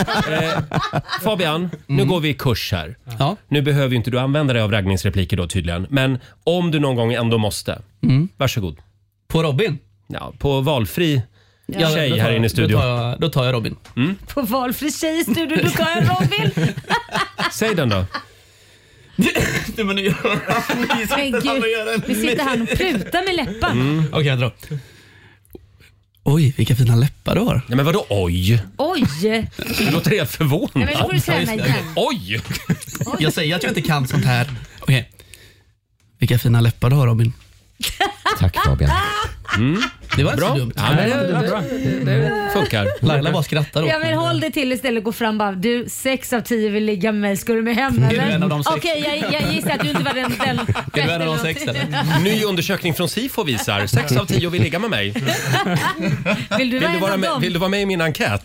Fabian, nu går vi i kurs här. Ja. Nu behöver ju inte du använda dig av raggningsrepliker då tydligen. Men om du någon gång ändå måste, varsågod. På Robin? Ja, på valfri tjej här inne i studion. Då tar jag Robin. På valfri tjej i studion, då tar jag Robin. Säg den då. Men gud, nu sitter han och prutar med läpparna. Okej, jag drar. Oj, vilka fina läppar du har. Nej, men vadå oj? Oj! Du låter helt förvånad. Nej, men då får du säga igen. Oj! Jag säger att jag inte kan sånt här. Okej. Vilka fina läppar du har, Robin. Tack Fabian. Det var inte Bra. så dumt. Ja, men det funkar. Laila bara skrattar då. Ja, men håll dig till istället, gå fram bara. Du, 6 av 10 vill ligga med mig. Ska du med hem eller? Är du en av de 6? Okej, jag gissar att du inte var den Är du en av de 6 eller? Ny undersökning från SIFO visar 6 av 10 vill ligga med mig. Vill du vara en av dem? Vill du vara med i min enkät?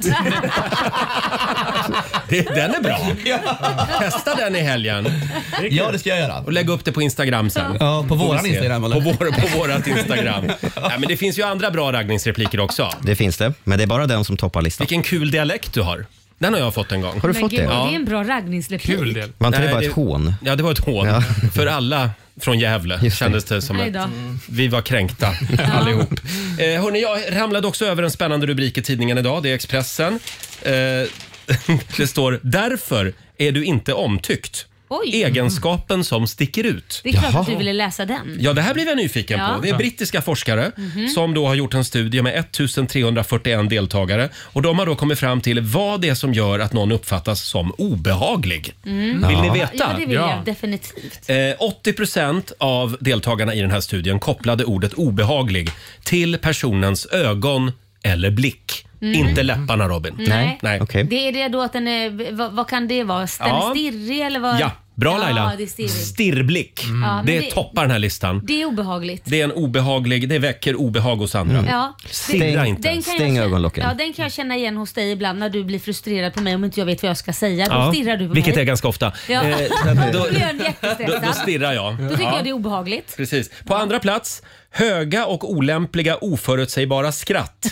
Den är bra. Testa den i helgen. Ja, det ska jag göra. Och lägga upp det på Instagram sen. Ja, på våran Instagram eller? På vårat Instagram. Ja, men det finns ju andra bra raggningsrepliker också. Det finns det, men det är bara den som toppar listan. Vilken kul dialekt du har. Den har jag fått en gång. Har du fått det? Det är en bra raggningsreplik. Kul del. Var inte det bara ett hån? Ja, det var ett hån. Ja. För alla från Gävle kändes det som vi var kränkta allihop. Hörrni, jag ramlade också över en spännande rubrik i tidningen idag. Det är Expressen. Det står: därför är du inte omtyckt. Oj. Egenskapen som sticker ut. Det är klart att du ville läsa den. Ja, det här blev jag nyfiken på. Det är brittiska forskare som då har gjort en studie med 1341 deltagare. Och de har då kommit fram till vad det är som gör att någon uppfattas som obehaglig. Vill ni veta? Ja, det vill jag definitivt. 80% av deltagarna i den här studien kopplade ordet obehaglig till personens ögon eller blick. Inte läpparna, Robin. Nej. Okej. Det är det då att den är, vad kan det vara? Stirrig eller vad? Ja, bra Laila. Ja, det är stirrig. Stirrblick. Ja, det men toppar den här listan. Det är obehagligt. Det är en obehaglig, det väcker obehag hos andra. Ja. Stirra inte. Stäng ögonlocken. Ja, den kan jag känna igen hos dig ibland när du blir frustrerad på mig om inte jag vet vad jag ska säga. Då stirrar du på vilket mig. är ganska ofta. Ja. Då blir jag jättestressad. Då stirrar jag. Då tycker jag det är obehagligt. Precis. På andra plats, höga och olämpliga oförutsägbara skratt.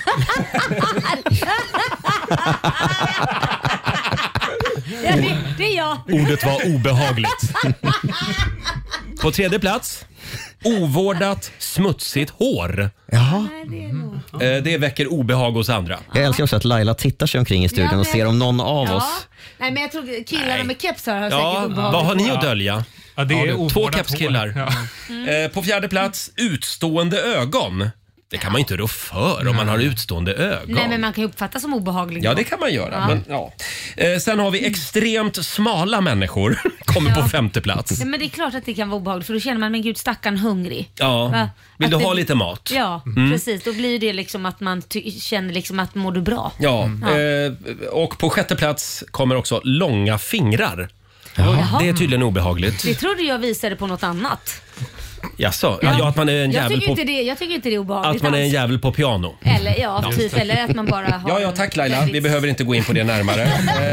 Ja, det är jag. Ordet var obehagligt. På tredje plats, ovårdat, smutsigt hår. Jaha. Det väcker obehag hos andra. Jag älskar också att Laila tittar sig omkring i studion och ser om någon av oss. Nej, men jag tror killarna med keps har säkert obehagligt. Vad har ni att dölja? Ja, det är 2 kepskillar. På fjärde plats, utstående ögon. Det kan man ju inte rå för om man har utstående ögon. Nej, men man kan ju uppfatta som obehaglig. Ja, det kan man göra. Men, sen har vi extremt smala människor. Kommer på femte plats. Ja, men det är klart att det kan vara obehagligt, för då känner man, men gud, stackarn hungrig. Ja. Va? Vill att du ha lite mat? Ja, precis. Då blir det liksom att man känner liksom att mår du bra. Ja. Och på sjätte plats kommer också långa fingrar. Jaha. Det är tydligen obehagligt. Det trodde jag visade på något annat. Jaså? Ja, att man är en jävel på... Jag tycker inte det är obehagligt. Att man är en jävel på piano. Eller, typ. Eller att man bara har... Ja, tack Laila. Vi behöver inte gå in på det närmare.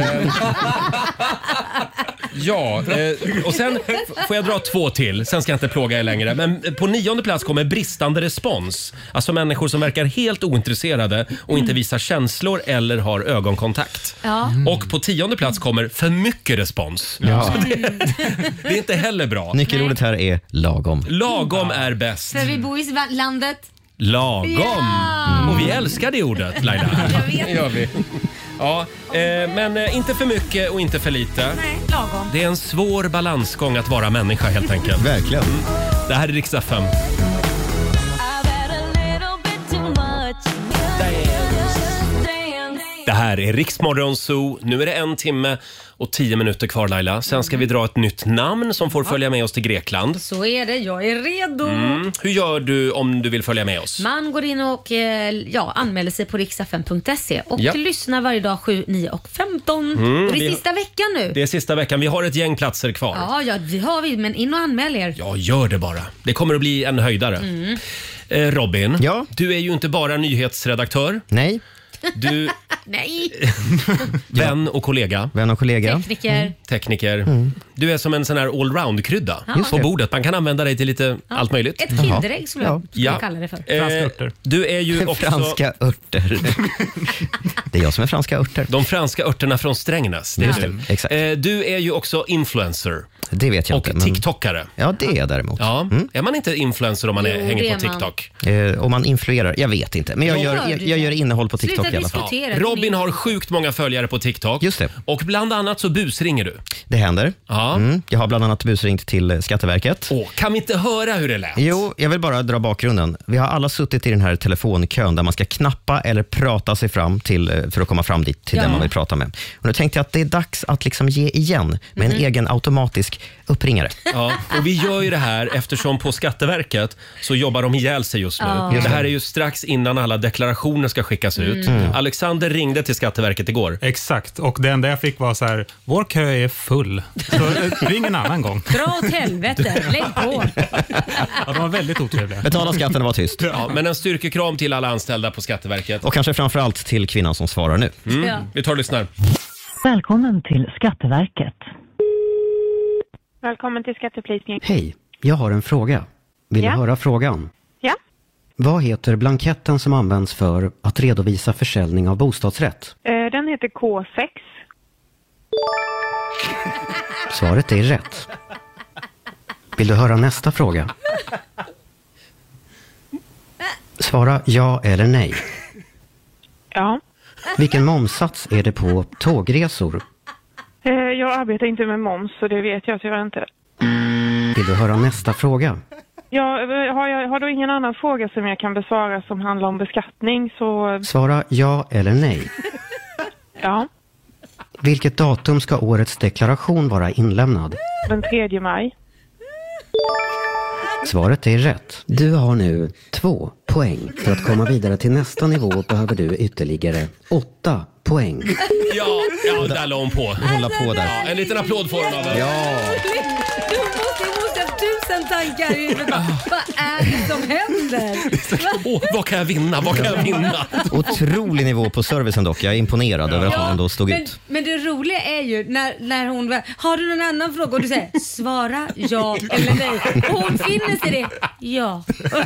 Och sen får jag dra 2 till. Sen ska jag inte plåga er längre. Men på 9:e plats kommer bristande respons. Alltså människor som verkar helt ointresserade och inte visar känslor eller har ögonkontakt. Ja. Och på 10:e plats kommer för mycket respons. Ja. Så det är inte heller bra. Nyckelordet här är lagom. Lagom är bäst. För vi bor i landet. Lagom. Ja. Och vi älskar det ordet, Laila. Jag vet. Det gör vi. Ja, men inte för mycket och inte för lite. Nej, lagom. Det är en svår balansgång att vara människa helt enkelt. Verkligen. Det här är Rix FM. Det här är Rix Morgon Zoo. Nu är det 1 timme och 10 minuter kvar, Laila. Sen ska vi dra ett nytt namn som får följa med oss till Grekland. Så är det, jag är redo. Hur gör du om du vill följa med oss? Man går in och anmäler sig på riksfm.se och Ja. lyssnar varje dag 7, 9 och 15. Och det är sista veckan nu. Det är sista veckan. Vi har ett gäng platser kvar. Ja, det har vi, men in och anmäl er. Ja, gör det bara. Det kommer att bli en höjdare. Robin, du är ju inte bara nyhetsredaktör. Nej. Du... Nej. Vän och kollega. Vän och kollega. Tekniker. Du är som en sån här allround-krydda på bordet. Man kan använda dig till lite allt möjligt. Ett kinderägg som jag kalla det för. Franska örter. Du är ju också... Franska örter. Det är jag som är franska örter. De franska örterna från Strängnäs. Det är du. Exakt. Du är ju också influencer. Det vet jag och inte. Men... TikTokare. Ja, det är jag däremot. Ja. Är man inte influencer om man hänger på TikTok? Om man influerar? Jag vet inte. Men jag gör innehåll på TikTok. i alla fall. Ja. Robin har sjukt många följare på TikTok. Just det. Och bland annat så busringer du. Det händer. Ja. Jag har bland annat busringt till Skatteverket. Kan vi inte höra hur det lät? Jo, jag vill bara dra bakgrunden. Vi har alla suttit i den här telefonkön där man ska knappa eller prata sig fram till för att komma fram dit till den man vill prata med. Och nu tänkte jag att det är dags att liksom ge igen med en egen automatisk uppringare. Ja, och vi gör ju det här eftersom på Skatteverket så jobbar de ihjäl sig just nu. Det här är ju strax innan alla deklarationer ska skickas ut. Alexander ringde till Skatteverket igår. Exakt, och det enda jag fick var så här: vår kö är full. Så ring en annan gång. Dra åt helvete, lägg på. Ja, de var väldigt otrevliga. Betala skatten och var tyst. Ja, men en styrkekram till alla anställda på Skatteverket. Och kanske framförallt till kvinnan som svarar nu. Vi tar och lyssnar. Välkommen till Skatteverket. Välkommen till skatteupplysning. Hej, jag har en fråga. Vill du höra frågan? Ja. Vad heter blanketten som används för att redovisa försäljning av bostadsrätt? Den heter K6. Svaret är rätt. Vill du höra nästa fråga? Svara ja eller nej. Ja. Vilken momssats är det på tågresor? Jag arbetar inte med moms, så det vet jag tyvärr inte. Vill du höra nästa fråga? Jag har då ingen annan fråga som jag kan besvara som handlar om beskattning, så... Svara ja eller nej. Ja. Vilket datum ska årets deklaration vara inlämnad? Den 3 maj. Svaret är rätt. Du har nu 2 poäng. För att komma vidare till nästa nivå behöver du ytterligare 8 poäng. Ja, där la hon på. Hålla på där. Ja, en liten applåd får hon av det. Ja. Du måste ha 1000 tankar i huvudet. Vad är det som händer? Vad kan jag vinna? Vad kan jag vinna? Otrolig nivå på servicen dock. Jag är imponerad över att hon ändå stod ut. Men det roliga är ju när hon... Har du någon annan fråga? Och du säger svara ja eller nej. Och hon finner sig det. Ja.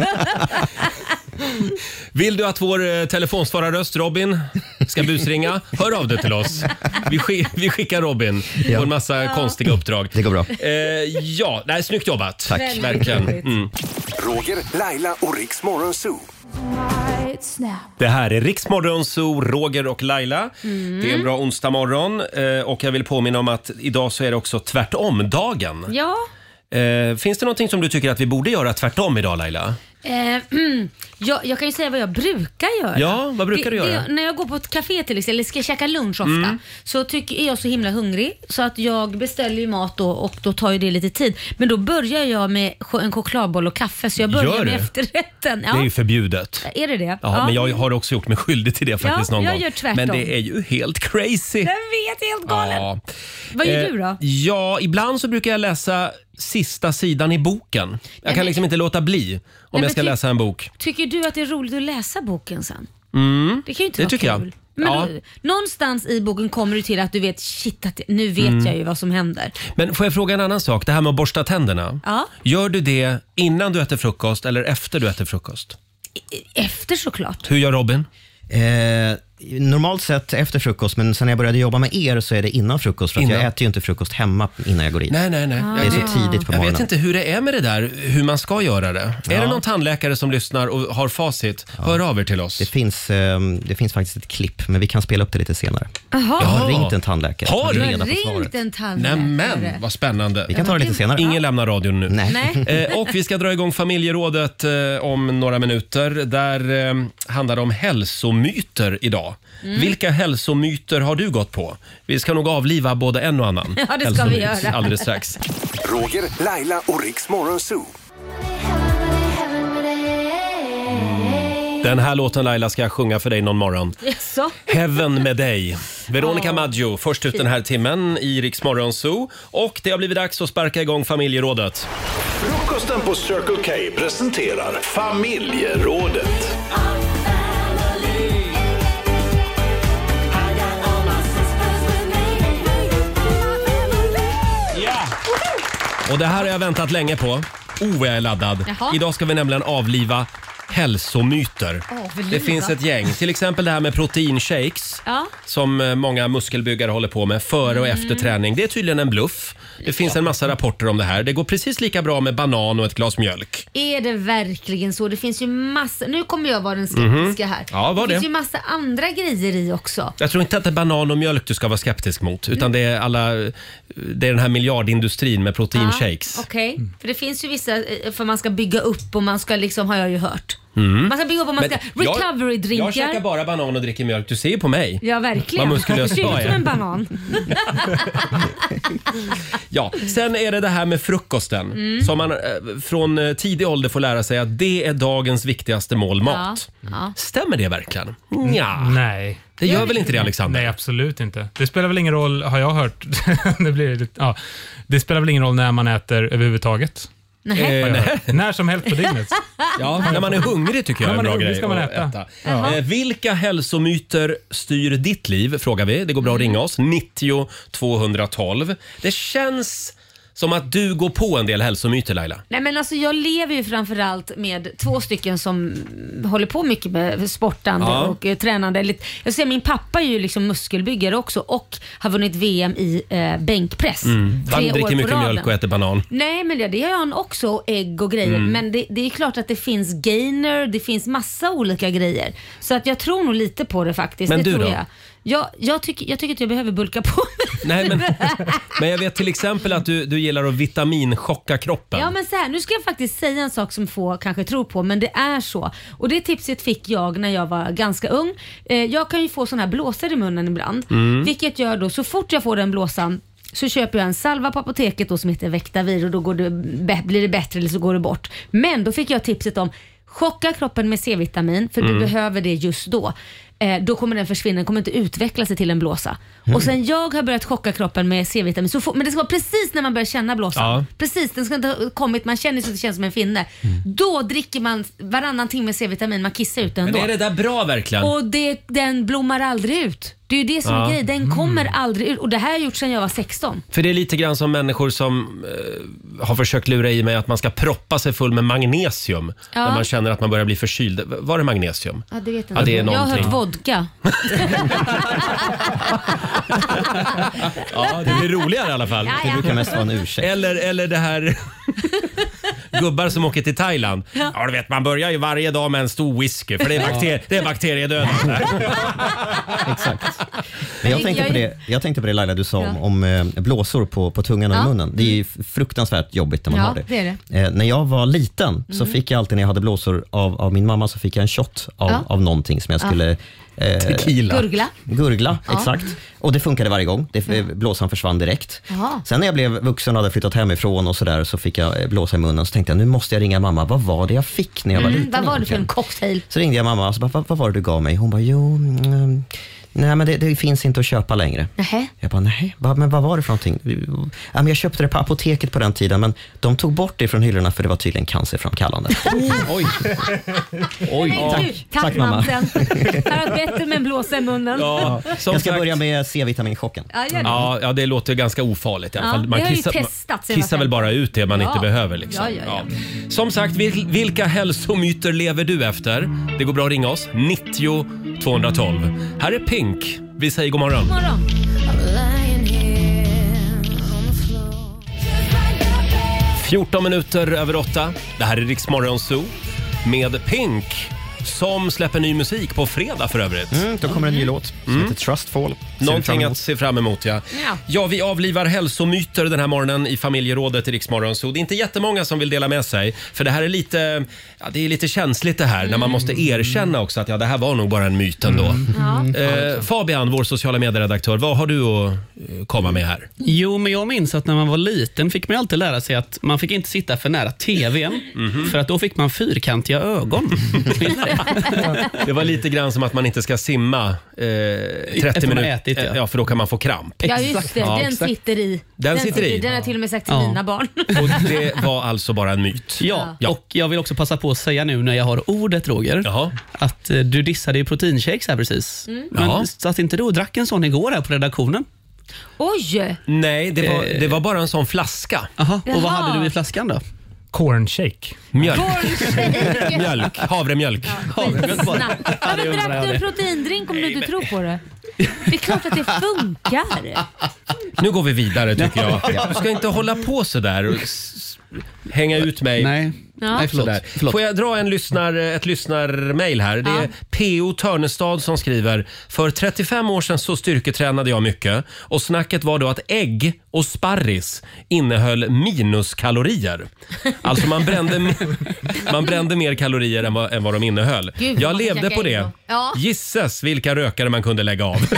Vill du att vår telefonsvararröst Robin ska busringa? Hör av dig till oss. Vi skickar Robin på en massa konstiga uppdrag. Det går bra. Nej, snyggt jobbat. Tack. Verkligen. Roger, Laila och Riks Morgonzoo. Det här är Riks Morgonzoo, Roger och Laila. Det är en bra onsdag morgon och jag vill påminna om att idag så är det också tvärtom-dagen. Ja. Finns det någonting som du tycker att vi borde göra tvärtom idag, Laila? Jag kan ju säga vad jag brukar göra. Ja, vad brukar du göra? När jag går på ett café till exempel, eller ska käka lunch ofta, så är jag så himla hungrig så att jag beställer ju mat då, och då tar ju det lite tid. Men då börjar jag med en chokladboll och kaffe, så jag börjar med efterrätten. Ja. Det är ju förbjudet. Är det det? Ja, men jag har också gjort mig skyldig till det faktiskt någon gång. Jag gör tvärtom. Men det är ju helt crazy. Jag vet, helt galen. Ja. Vad gör du då? Ja, ibland så brukar jag läsa sista sidan i boken. Jag kan liksom inte låta bli om jag ska läsa en bok. Tycker du att det är roligt att läsa boken sen? Det kan ju inte det vara tycker kul. Jag. Men då, någonstans i boken kommer du till att du vet, shit, att nu vet jag ju vad som händer. Men får jag fråga en annan sak? Det här med att borsta tänderna. Ja. Gör du det innan du äter frukost eller efter du äter frukost? Efter såklart. Hur gör Robin? Normalt sett efter frukost, men sen när jag började jobba med er så är det innan frukost, för att jag äter ju inte frukost hemma innan jag går dit. Nej. Det är så tidigt på morgonen. Jag vet inte hur det är med det där, hur man ska göra det. Är det någon tandläkare som lyssnar och har facit? Hör av er till oss. Det finns faktiskt ett klipp, men vi kan spela upp det lite senare. Aha. Jag har ringt en tandläkare. Har du ringt en tandläkare? Nämen, vad spännande. Vi kan ta det lite senare. Ingen lämnar radion nu. Nej. Och vi ska dra igång familjerådet om några minuter. Där handlar det om hälsomyter idag. Vilka hälsomyter har du gått på? Vi ska nog avliva både en och annan. Ja, det ska vi göra. Alldeles strax. Roger, Laila och Riks Morgonzoo. Den här låten, Laila, ska jag sjunga för dig någon morgon. Yes. Heaven med dig. Veronica Maggio, först ut den här timmen i Riks Morgonzoo. Och det har blivit dags att sparka igång familjerådet. Frukosten på Circle K presenterar familjerådet. Och det här har jag väntat länge på. Vad jag är laddad. Jaha. Idag ska vi nämligen avliva hälsomyter. Det finns ett gäng. Till exempel det här med proteinshakes som många muskelbyggare håller på med före och efter träning. Det är tydligen en bluff. Det finns en massa rapporter om det här. Det går precis lika bra med banan och ett glas mjölk. Är det verkligen så? Det finns ju massa... Nu kommer jag vara den skeptiska här. Ja, det finns ju massa andra grejer i också. Jag tror inte att det är banan och mjölk du ska vara skeptisk mot. Utan det är den här miljardindustrin med proteinshakes. Okej. För det finns ju vissa... För man ska bygga upp och man ska liksom... Har jag ju hört. Man ska bygga upp och man ska recovery-drinkar. Jag käkar bara banan och dricker mjölk. Du ser ju på mig. Ja, verkligen. Vad muskulös du ser ut som en banan. Ja, sen är det här med frukosten. Som man från tidig ålder får lära sig att det är dagens viktigaste mål mat. Ja. Stämmer det verkligen? Ja. Nej. Det gör väl inte det, Alexander? Nej, absolut inte. Det spelar väl ingen roll, har jag hört. Det spelar väl ingen roll när man äter överhuvudtaget. När som helst på dygnet. Ja, när man är hungrig tycker jag är en bra grej ska man äta. Vilka hälsomyter styr ditt liv, frågar vi. Det går bra att ringa oss. 90 212. Det känns som att du går på en del hälsomyter, Laila. Nej, men alltså jag lever ju framförallt med 2 stycken som håller på mycket med sportande och tränande. Jag ser min pappa är ju liksom muskelbyggare också och har vunnit VM i bänkpress. Han dricker mycket mjölk och äter banan. Nej, men det gör han också, och ägg och grejer. Men det är klart att det finns gainer, det finns massa olika grejer. Så att jag tror nog lite på det faktiskt. Men det du tror då? Jag tycker att jag behöver bulka på. Nej, men jag vet till exempel att du gillar att vitaminchocka kroppen. Ja, men så här, nu ska jag faktiskt säga en sak som få kanske tror på, men det är så. Och det tipset fick jag när jag var ganska ung. Jag kan ju få såna här blåsor i munnen ibland. Vilket gör då, så fort jag får den blåsan så köper jag en salva på apoteket då som heter Vectavir och då blir det bättre eller så går det bort. Men då fick jag tipset om chocka kroppen med C-vitamin för du behöver det just då. Då kommer den försvinna, den kommer inte utveckla sig till en blåsa. Och sen jag har börjat chocka kroppen med C-vitamin men det ska vara precis när man börjar känna blåsan. Precis, den ska inte ha kommit, man känner så att det känns som en finne. Då dricker man varannan timme med C-vitamin, man kissar ut den men då. är det där bra verkligen? Och den blommar aldrig ut. Det är ju det som är grejen. Den kommer aldrig ut. Och det här har jag gjort sedan jag var 16. För det är lite grann som människor som har försökt lura i mig att man ska proppa sig full med magnesium när man känner att man börjar bli förkyld. Var det magnesium? Ja, det vet jag inte. Det är jag har hört vodka. Ja, det blir roligare i alla fall. Det brukar mest vara en ursäkt. Eller det här... Gubbar som åker till Thailand. Ja, du vet, man börjar ju varje dag med en stor whisky för det är bakteriedödande. Exakt. Men jag tänkte på det Laila, du sa om blåsor på tungan och i munnen. Det är ju fruktansvärt jobbigt när man har det. Det är det. När jag var liten så fick jag alltid när jag hade blåsor av min mamma så fick jag en shot av någonting som jag skulle tequila. Gurgla, exakt. Och det funkade varje gång. Blåsan försvann direkt. Sen när jag blev vuxen och hade flyttat hemifrån och sådär så fick jag blåsa i munnen. Så tänkte jag, nu måste jag ringa mamma. Vad var det jag fick när jag var liten? Vad var det för en cocktail? Så ringde jag mamma och så bara, vad var det du gav mig? Hon bara, nej men det finns inte att köpa längre. Jag bara, men vad var det för någonting? Ja, men jag köpte det på apoteket på den tiden, men de tog bort det från hyllorna för det var tydligen cancerframkallande. Oj. Tack mamma. Det är bättre med en blåsa i munnen. Ja, jag ska börja med C-vitaminchocken. Ja, det låter ganska ofarligt i alla fall. Man kissar väl bara ut det man inte behöver. Liksom. Ja. Som sagt, vilka hälsomyter lever du efter? Det går bra att ringa oss. 90 212. Här är Pink. Vi säger god morgon. God morgon. 14 minuter över 8. Det här är Rix Morgon Zoo med Pink som släpper ny musik på fredag för övrigt. Då kommer en ny låt som heter Trustfall. Någonting att se fram emot, ja. Vi avlivar hälsomyter den här morgonen i familjerådet i Rix Morgon Zoo. Det är inte jättemånga som vill dela med sig, för det här är lite känsligt det här, när man måste erkänna också att det här var nog bara en myt ändå. Fabian, vår sociala medieredaktör, vad har du att komma med här? Jo, men jag minns att när man var liten fick man alltid lära sig att man fick inte sitta för nära tvn, för att då fick man fyrkantiga ögon. Det var lite grann som att man inte ska simma 30 minuter, för då kan man få kramp. Ja, just det. Den sitter i. Den har jag till och med sagt till mina barn. Och det var alltså bara en myt. Ja, och jag vill också passa på att säga nu när jag har ordet, Roger, att du dissade ju proteinshakes här precis. Men satt inte du och drack en sån igår här på redaktionen? Oj! Nej, det var bara en sån flaska. Aha. Och vad hade du i flaskan då? Cornshake. Mjölk. Mjölk. Havremjölk. Men drack du en proteindrink om du inte tror på det? Det är klart att det funkar. Nu går vi vidare tycker jag. Du ska inte hålla på så där och hänga ut mig. Nej, förlåt. Får jag dra ett lyssnarmail här? Det är P.O. Törnestad som skriver: för 35 år sedan så styrketränade jag mycket och snacket var då att ägg och sparris innehöll minuskalorier. Alltså man brände mer kalorier än vad de innehöll. Gud, jag levde på det. Ja. Gisses vilka rökare man kunde lägga av.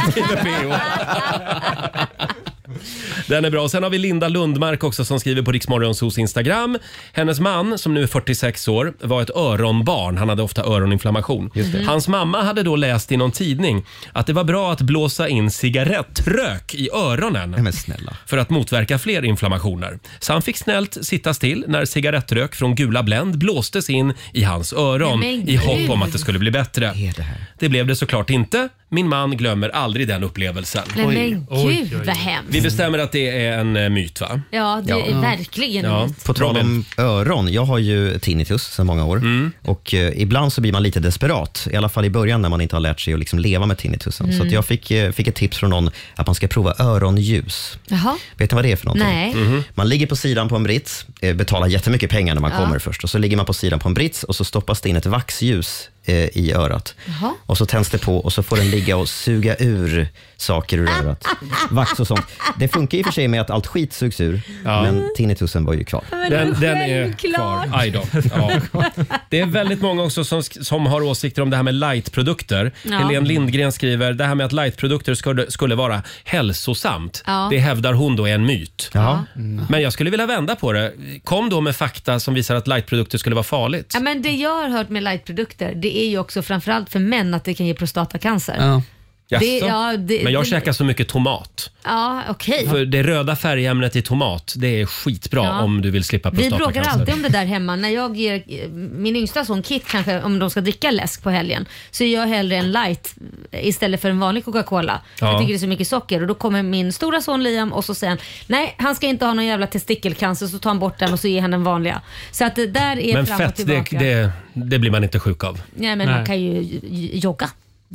Den är bra. Och sen har vi Linda Lundmark också som skriver på Riksmorgonsos Instagram. Hennes man, som nu är 46 år, var ett öronbarn. Han hade ofta öroninflammation. Hans mamma hade då läst i någon tidning att det var bra att blåsa in cigarettrök i öronen. Men snälla. För att motverka fler inflammationer. Så han fick snällt sitta still när cigarettrök från Gula Blend blåstes in i hans öron i hopp om att det skulle bli bättre. Det blev det såklart inte. Min man glömmer aldrig den upplevelsen. Men gud vad hemskt. Vi bestämmer att det är en myt, va? Ja, det är verkligen en myt. På tal om öron, jag har ju tinnitus sedan många år. Och ibland så blir man lite desperat. I alla fall i början när man inte har lärt sig att liksom leva med tinnitusen. Så att jag fick ett tips från någon att man ska prova öronljus. Jaha. Vet ni vad det är för någonting? Nej. Man ligger på sidan på en brits, betalar jättemycket pengar när man kommer först. Och så ligger man på sidan på en brits och så stoppas det in ett vaxljus i örat. Jaha. Och så tänds det på och så får den ligga och suga ur saker ur örat. Vax och sånt. Det funkar i och för sig med att allt skit sugs ur, men tinnitusen var ju kvar. Den är kvar. Aj då. Ja. Det är väldigt många också som har åsikter om det här med lightprodukter. Helene Lindgren skriver, det här med att lightprodukter skulle vara hälsosamt. Det hävdar hon då är en myt. Men jag skulle vilja vända på det. Kom då med fakta som visar att lightprodukter skulle vara farligt. Ja, men det jag har hört med lightprodukter, det är ju också framförallt för män att det kan ge prostatacancer. Men jag käkar så mycket tomat. Ja, okej. För det röda färgämnet i tomat, det är skitbra om du vill slippa prostatacancer. Vi bråkar alltid om det där hemma. När jag ger min yngsta son Kit kanske om de ska dricka läsk på helgen, så gör jag hellre en light istället för en vanlig Coca-Cola. Jag tycker det är så mycket socker. Och då kommer min stora son Liam och så säger han, nej, han ska inte ha någon jävla testikelcancer, så tar han bort den och så ger han den vanliga. Så att det där är fram och tillbaka. Men fett, det blir man inte sjuk av. Nej, men man kan ju jogga.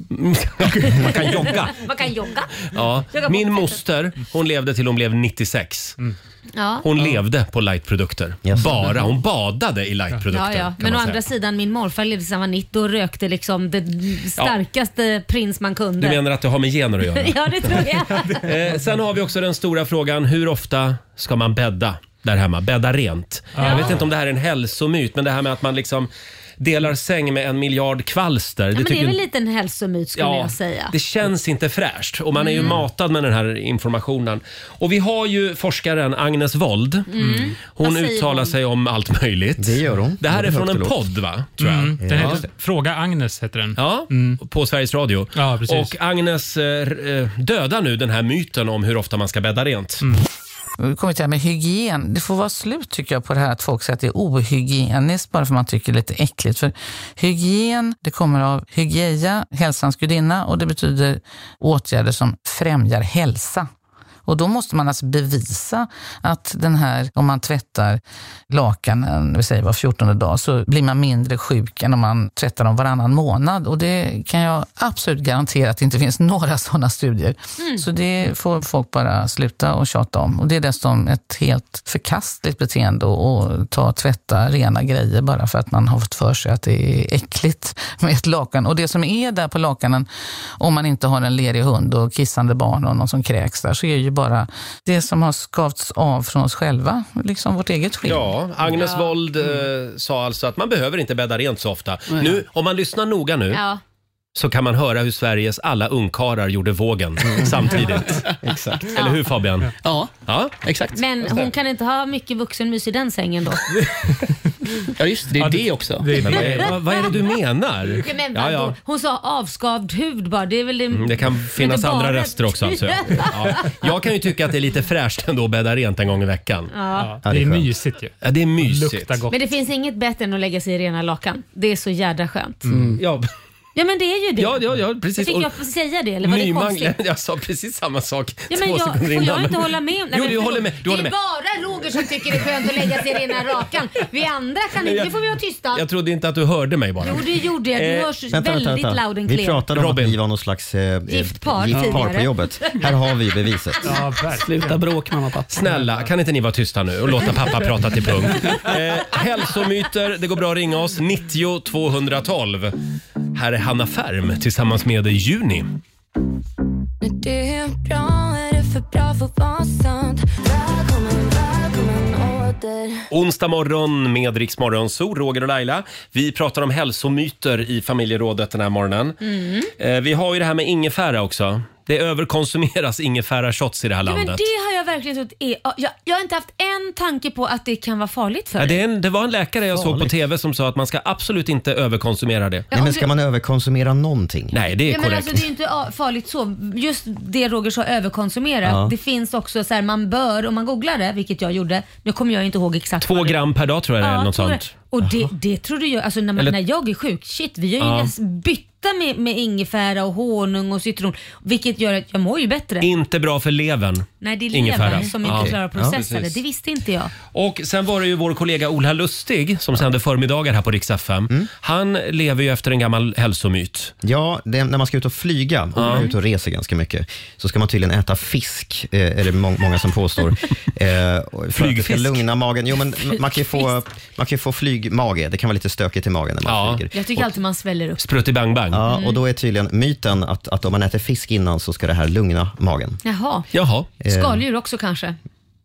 Man kan jogga. Man kan jogga. Ja. Min moster, hon levde till hon blev 96. Hon levde på lightprodukter. Bara, hon badade i lightprodukter. Men å andra sidan, min morfar levde samma 90 och rökte liksom det starkaste prins man kunde. Du menar att det har med gener att göra? Ja, det tror jag. Sen har vi också den stora frågan, hur ofta ska man bädda där hemma? Bädda rent. Jag vet inte om det här är en hälsomyt, men det här med att man liksom delar säng med 1 miljard kvalster. Men det är väl en liten hälsomyt skulle jag säga. Det känns inte fräscht och man är ju matad med den här informationen. Och vi har ju forskaren Agnes Wold. Hon uttalar sig om allt möjligt. Det gör hon. Det här är från en podd, va? Tror jag. Fråga Agnes heter den. Ja, på Sveriges Radio. Ja, precis. Och Agnes dödar nu den här myten om hur ofta man ska bädda rent. Vi kommer till det här med hygien. Det får vara slut tycker jag på det här att folk säger att det är ohygieniskt bara för man tycker det är lite äckligt. För hygien, det kommer av hygeia, hälsans gudinna, och det betyder åtgärder som främjar hälsa. Och då måste man alltså bevisa att den här, om man tvättar lakanen, vi säger var 14:e dag, så blir man mindre sjuk än om man tvättar dem varannan månad. Och det kan jag absolut garantera att det inte finns några sådana studier. Så det får folk bara sluta och tjata om. Och det är dessutom ett helt förkastligt beteende att tvätta rena grejer bara för att man har fått för sig att det är äckligt med ett lakan. Och det som är där på lakanen, om man inte har en lerig hund och kissande barn och någon som kräks där, så är ju bara det som har skavts av från oss själva, liksom vårt eget skinn. Ja, Agnes Wold sa alltså att man behöver inte bädda rent så ofta. Nu, om man lyssnar noga nu, så kan man höra hur Sveriges alla ungkarar gjorde vågen samtidigt. Exakt. Eller hur, Fabian? Ja, exakt. Men hon kan inte ha mycket vuxenmys i den sängen då. Ja, just det är det också. Vad är det du menar? Men hon sa avskavd hud bara. Det är väl det. Det kan finnas andra rester också alltså. Jag kan ju tycka att det är lite fräscht ändå att bädda rent en gång i veckan. Det är mysigt ju. Ja, det är mysigt. Luktar gott. Men det finns inget bättre än att lägga sig i rena lakan. Det är så jädra skönt. Ja. Ja, men det är ju det. Ja, precis. Fick jag säga det, eller var det konstigt? Jag sa precis samma sak 2 sekunder innan. Får jag inte hålla med? Jo, du håller med. Det är bara Roger som tycker det är skönt att lägga sig i rena rakan. Vi andra kan inte, det får vi vara tysta. Jag trodde inte att du hörde mig bara. Jo, det gjorde jag. Du hörs väldigt loud and clear. Vi pratade om att vi var någon slags giftpar på jobbet. Här har vi beviset. Sluta bråk, mamma och pappa. Snälla, kan inte ni vara tysta nu och låta pappa prata till punkt? Hälsomyter, det går bra att ringa oss. 90 212. Här är Hanna Färm tillsammans med Juni. Det är bra, är det för bra för att vara sant? Välkommen åter. Onsdag morgon med Rix Morgon Zoo, Roger och Laila. Vi pratar om hälsomyter i familjerådet den här morgonen. Vi har ju det här med ingefära också. Det överkonsumeras ingefära-shots i det här landet. Men det har jag verkligen trott. Jag har inte haft en tanke på att det kan vara farligt för dig. Det var en läkare jag såg på TV som sa att man ska absolut inte överkonsumera det. Nej, men ska man överkonsumera någonting? Nej, det är korrekt. Men alltså, det är ju inte farligt så. Just det Roger sa, överkonsumera. Ja. Det finns också så här, man bör, om man googlar det, vilket jag gjorde, nu kommer jag inte ihåg exakt. 2 gram per dag tror jag det är, eller något sånt. Och det trodde jag, alltså när jag är sjuk, vi har ju bytta med ingefära och honung och citron, vilket gör att jag mår ju bättre. Inte bra för levern. Nej, det är levern som inte klarar att processa det. Det visste inte jag. Och sen var det ju vår kollega Ola Lustig som sände förmiddagar här på Rix FM. Han lever ju efter en gammal hälsomyt. Ja, när man ska ut och flyga och man är ute och reser ganska mycket, så ska man tydligen äta fisk, är det många som påstår. För att det ska lugna magen. Jo, men man kan ju få flygmage. Det kan vara lite stökigt i magen när man flyger. Jag tycker alltid man sväller upp. Sprutt i bang bang. Ja, och då är tydligen myten att om man äter fisk innan så ska det här lugna magen. Jaha. Skaldjur också kanske.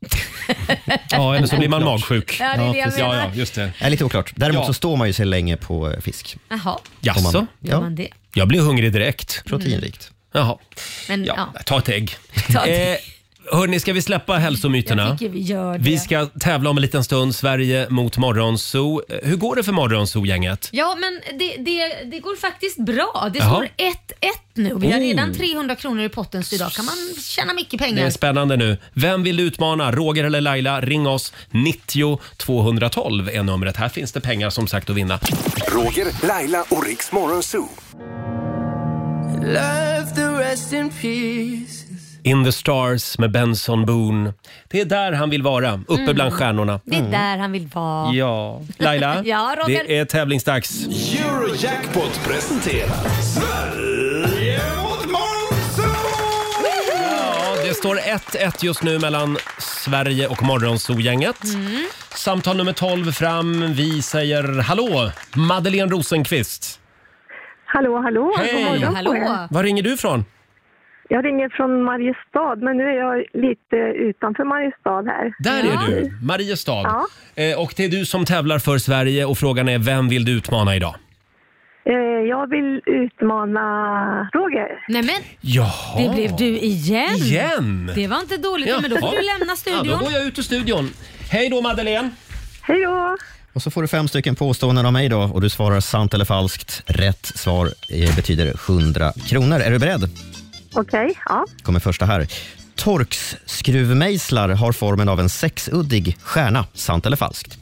Ja, eller så blir man magsjuk. Ja, det är det jag menar. Ja, just det. Är lite oklart. Däremot så står man ju sig länge på fisk. Jaha. Jaså? Gör man det? Jag blir hungrig direkt. Proteinrikt. Jaha. Men, ta ett ägg. Hörrni, ska vi släppa hälsomyterna? Jag tycker vi gör det. Vi ska tävla om en liten stund. Sverige mot Morgonzoo. Hur går det för Morgonzoo-gänget? Ja, men det går faktiskt bra. Det står 1-1 nu. Vi har redan 300 kronor i potten, så idag kan man tjäna mycket pengar. Det är spännande nu. Vem vill utmana? Roger eller Laila? Ring oss. 90 212 är numret. Här finns det pengar som sagt att vinna. Roger, Laila och Rix Morgonzoo. Love the rest in peace. In the Stars med Benson Boone. Det är där han vill vara, uppe bland stjärnorna. Det är där han vill vara. Ja. Laila, ja, Roger. Det är tävlingsdags. Eurojackpot presenterar Sverige mot Morgonzoo! Ja, det står 1-1 just nu mellan Sverige och Morgonzoo-gänget. Samtal nummer 12 fram. Vi säger hallå, Madeleine Rosenqvist. Hallå. Hej. Hallå. Var ringer du från? Jag ringer från Mariestad, men nu är jag lite utanför Mariestad här. Där är du, Mariestad. Ja. Och det är du som tävlar för Sverige och frågan är, vem vill du utmana idag? Jag vill utmana Roger. Nämen, det blev du igen. Det var inte dåligt, men då får du lämna studion. Ja, då går jag ut ur studion. Hej då, Madeleine. Hej då. Och så får du 5 stycken påståenden av mig då, och du svarar sant eller falskt. Rätt svar betyder 100 kronor. Är du beredd? Okej, ja. Kommer första här. Torx skruvmejslar har formen av en 6-uddig stjärna. Sant eller falskt?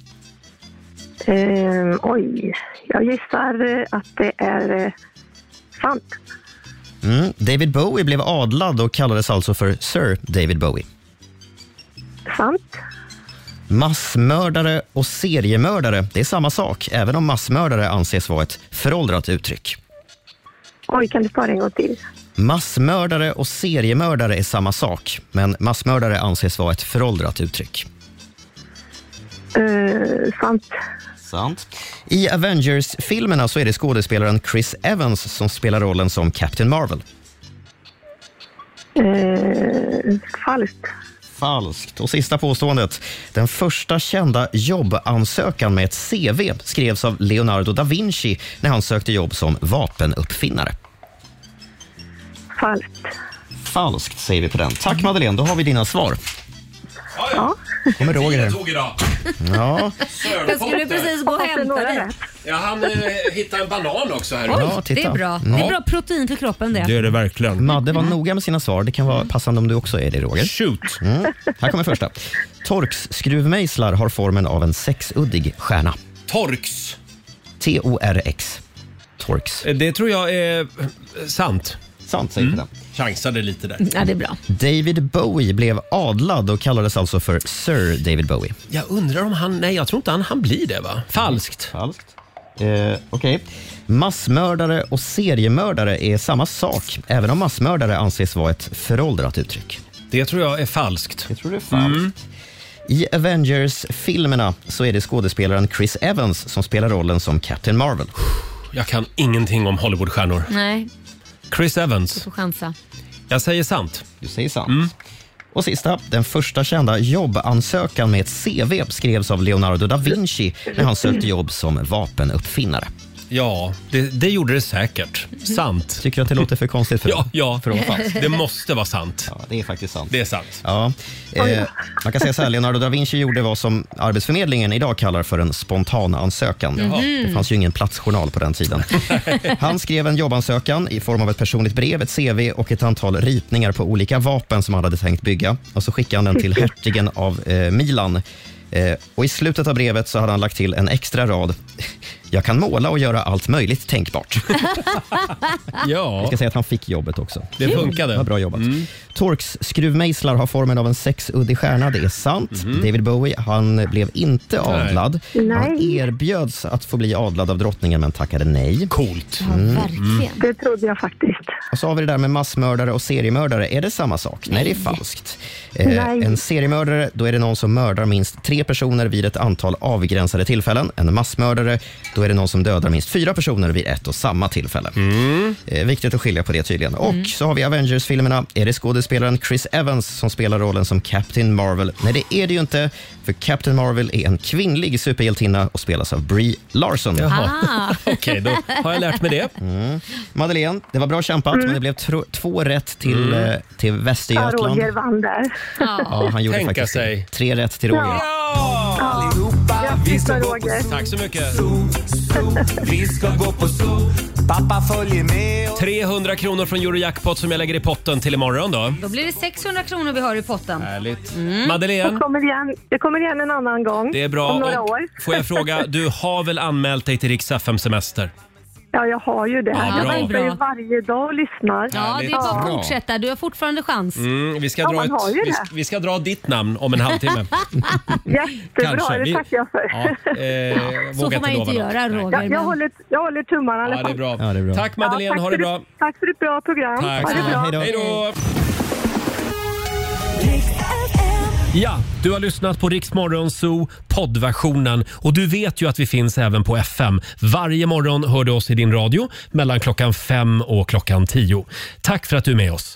Jag gissar att det är sant. David Bowie blev adlad och kallades alltså för Sir David Bowie. Sant. Massmördare och seriemördare, det är samma sak, även om massmördare anses vara ett föråldrat uttryck. Kan du ta en gång till? Massmördare och seriemördare är samma sak, men massmördare anses vara ett föråldrat uttryck. Sant. I Avengers-filmerna så är det skådespelaren Chris Evans som spelar rollen som Captain Marvel. Falskt. Och sista påståendet. Den första kända jobbansökan med ett CV skrevs av Leonardo da Vinci när han sökte jobb som vapenuppfinnare. Falskt säger vi på den. Tack Madeleine, då har vi dina svar. Ja. Kommer Roger här. Ja. Jag skulle precis gå och hämta det. Ja, han hittade en banan också här. Oj, det är bra. Det är bra protein för kroppen det. Det är det verkligen. Madde var noga med sina svar. Det kan vara passande om du också är det, Roger. Shoot. Här kommer första. Torx skruvmejslar har formen av en 6-uddig stjärna. Torx. T-O-R-X. Torx? Det tror jag är sant. Sant, säger det. Chansade lite där. Ja, det är bra. David Bowie blev adlad och kallades alltså för Sir David Bowie. Jag undrar om han... Nej, jag tror inte han blir det, va? Falskt. Okej. Massmördare och seriemördare är samma sak, även om massmördare anses vara ett föråldrat uttryck. Det tror jag är falskt. Det tror du är falskt. I Avengers-filmerna så är det skådespelaren Chris Evans som spelar rollen som Captain Marvel. Jag kan ingenting om Hollywoodstjärnor. Nej, Chris Evans. du får chansa. Jag säger sant. Du säger sant. Och sista, den första kända jobbansökan med ett CV skrevs av Leonardo da Vinci när han sökte jobb som vapenuppfinnare. Ja, det gjorde det säkert. Sant. Tycker du att det låter för konstigt för Ja, för att vara falskt? det måste vara sant. Ja, det är faktiskt sant. Det är sant. Ja. Man kan säga så här, Leonardo da Vinci gjorde vad som Arbetsförmedlingen idag kallar för en spontan ansökan. Det fanns ju ingen platsjournal på den tiden. Han skrev en jobbansökan i form av ett personligt brev, ett CV och ett antal ritningar på olika vapen som han hade tänkt bygga. Och så skickade han den till hertigen av Milan. Och i slutet av brevet så hade han lagt till en extra rad. Jag kan måla och göra allt möjligt tänkbart. Ja. Jag ska säga att han fick jobbet också. Det funkade. Det var bra jobbat. Torx skruvmejslar har formen av en sexuddig stjärna. Det är sant. David Bowie, han blev inte adlad. Han erbjöds att få bli adlad av drottningen men tackade nej. Coolt. Ja, verkligen. Det trodde jag faktiskt. Och så har vi det där med massmördare och seriemördare. Är det samma sak? Nej, det är falskt. En seriemördare, då är det någon som mördar minst 3 personer vid ett antal avgränsade tillfällen. En massmördare, då är det någon som dödar minst 4 personer vid ett och samma tillfälle. Viktigt att skilja på det tydligen. Och så har vi Avengers-filmerna. Är det skådespelaren Chris Evans som spelar rollen som Captain Marvel? Nej, det är det ju inte. För Captain Marvel är en kvinnlig superhjältinna och spelas av Brie Larson. Okej, då har jag lärt mig det. Madeleine, det var bra kämpat, men det blev 2 rätt till Västergötland. Roger vann där. Ja, han gjorde faktiskt sig. 3 rätt till Roger. Allihopa, vi ska gå Roger. på Tack så mycket. Vi ska gå på zoo. Pappa följer med oss. 300 kronor från Eurojackpot som jag lägger i potten till imorgon då. Då blir det 600 kronor vi har i potten. Härligt. Madeleine. Jag kommer igen en annan gång. Det är bra. Om några Och år. får jag fråga, du har väl anmält dig till Rix FM-semester? Ja, jag har ju det. Ja, jag bra. sitter ju varje dag och lyssnar. Ja, det är bara att fortsätta. Du har fortfarande chans. Vi ska dra ditt namn om en halvtimme. Jättebra, Kanske. det tackar jag för. Så får man inte göra, Roger. Jag håller tummarna i alla fall. Det är bra. Tack Madeleine, ha det bra. Tack för ett bra program. Tack. Ha det bra. Hej då. Ja, du har lyssnat på Rix Morgon Zoo poddversionen och du vet ju att vi finns även på FM. Varje morgon hör du oss i din radio mellan klockan 5 och klockan 10. Tack för att du är med oss.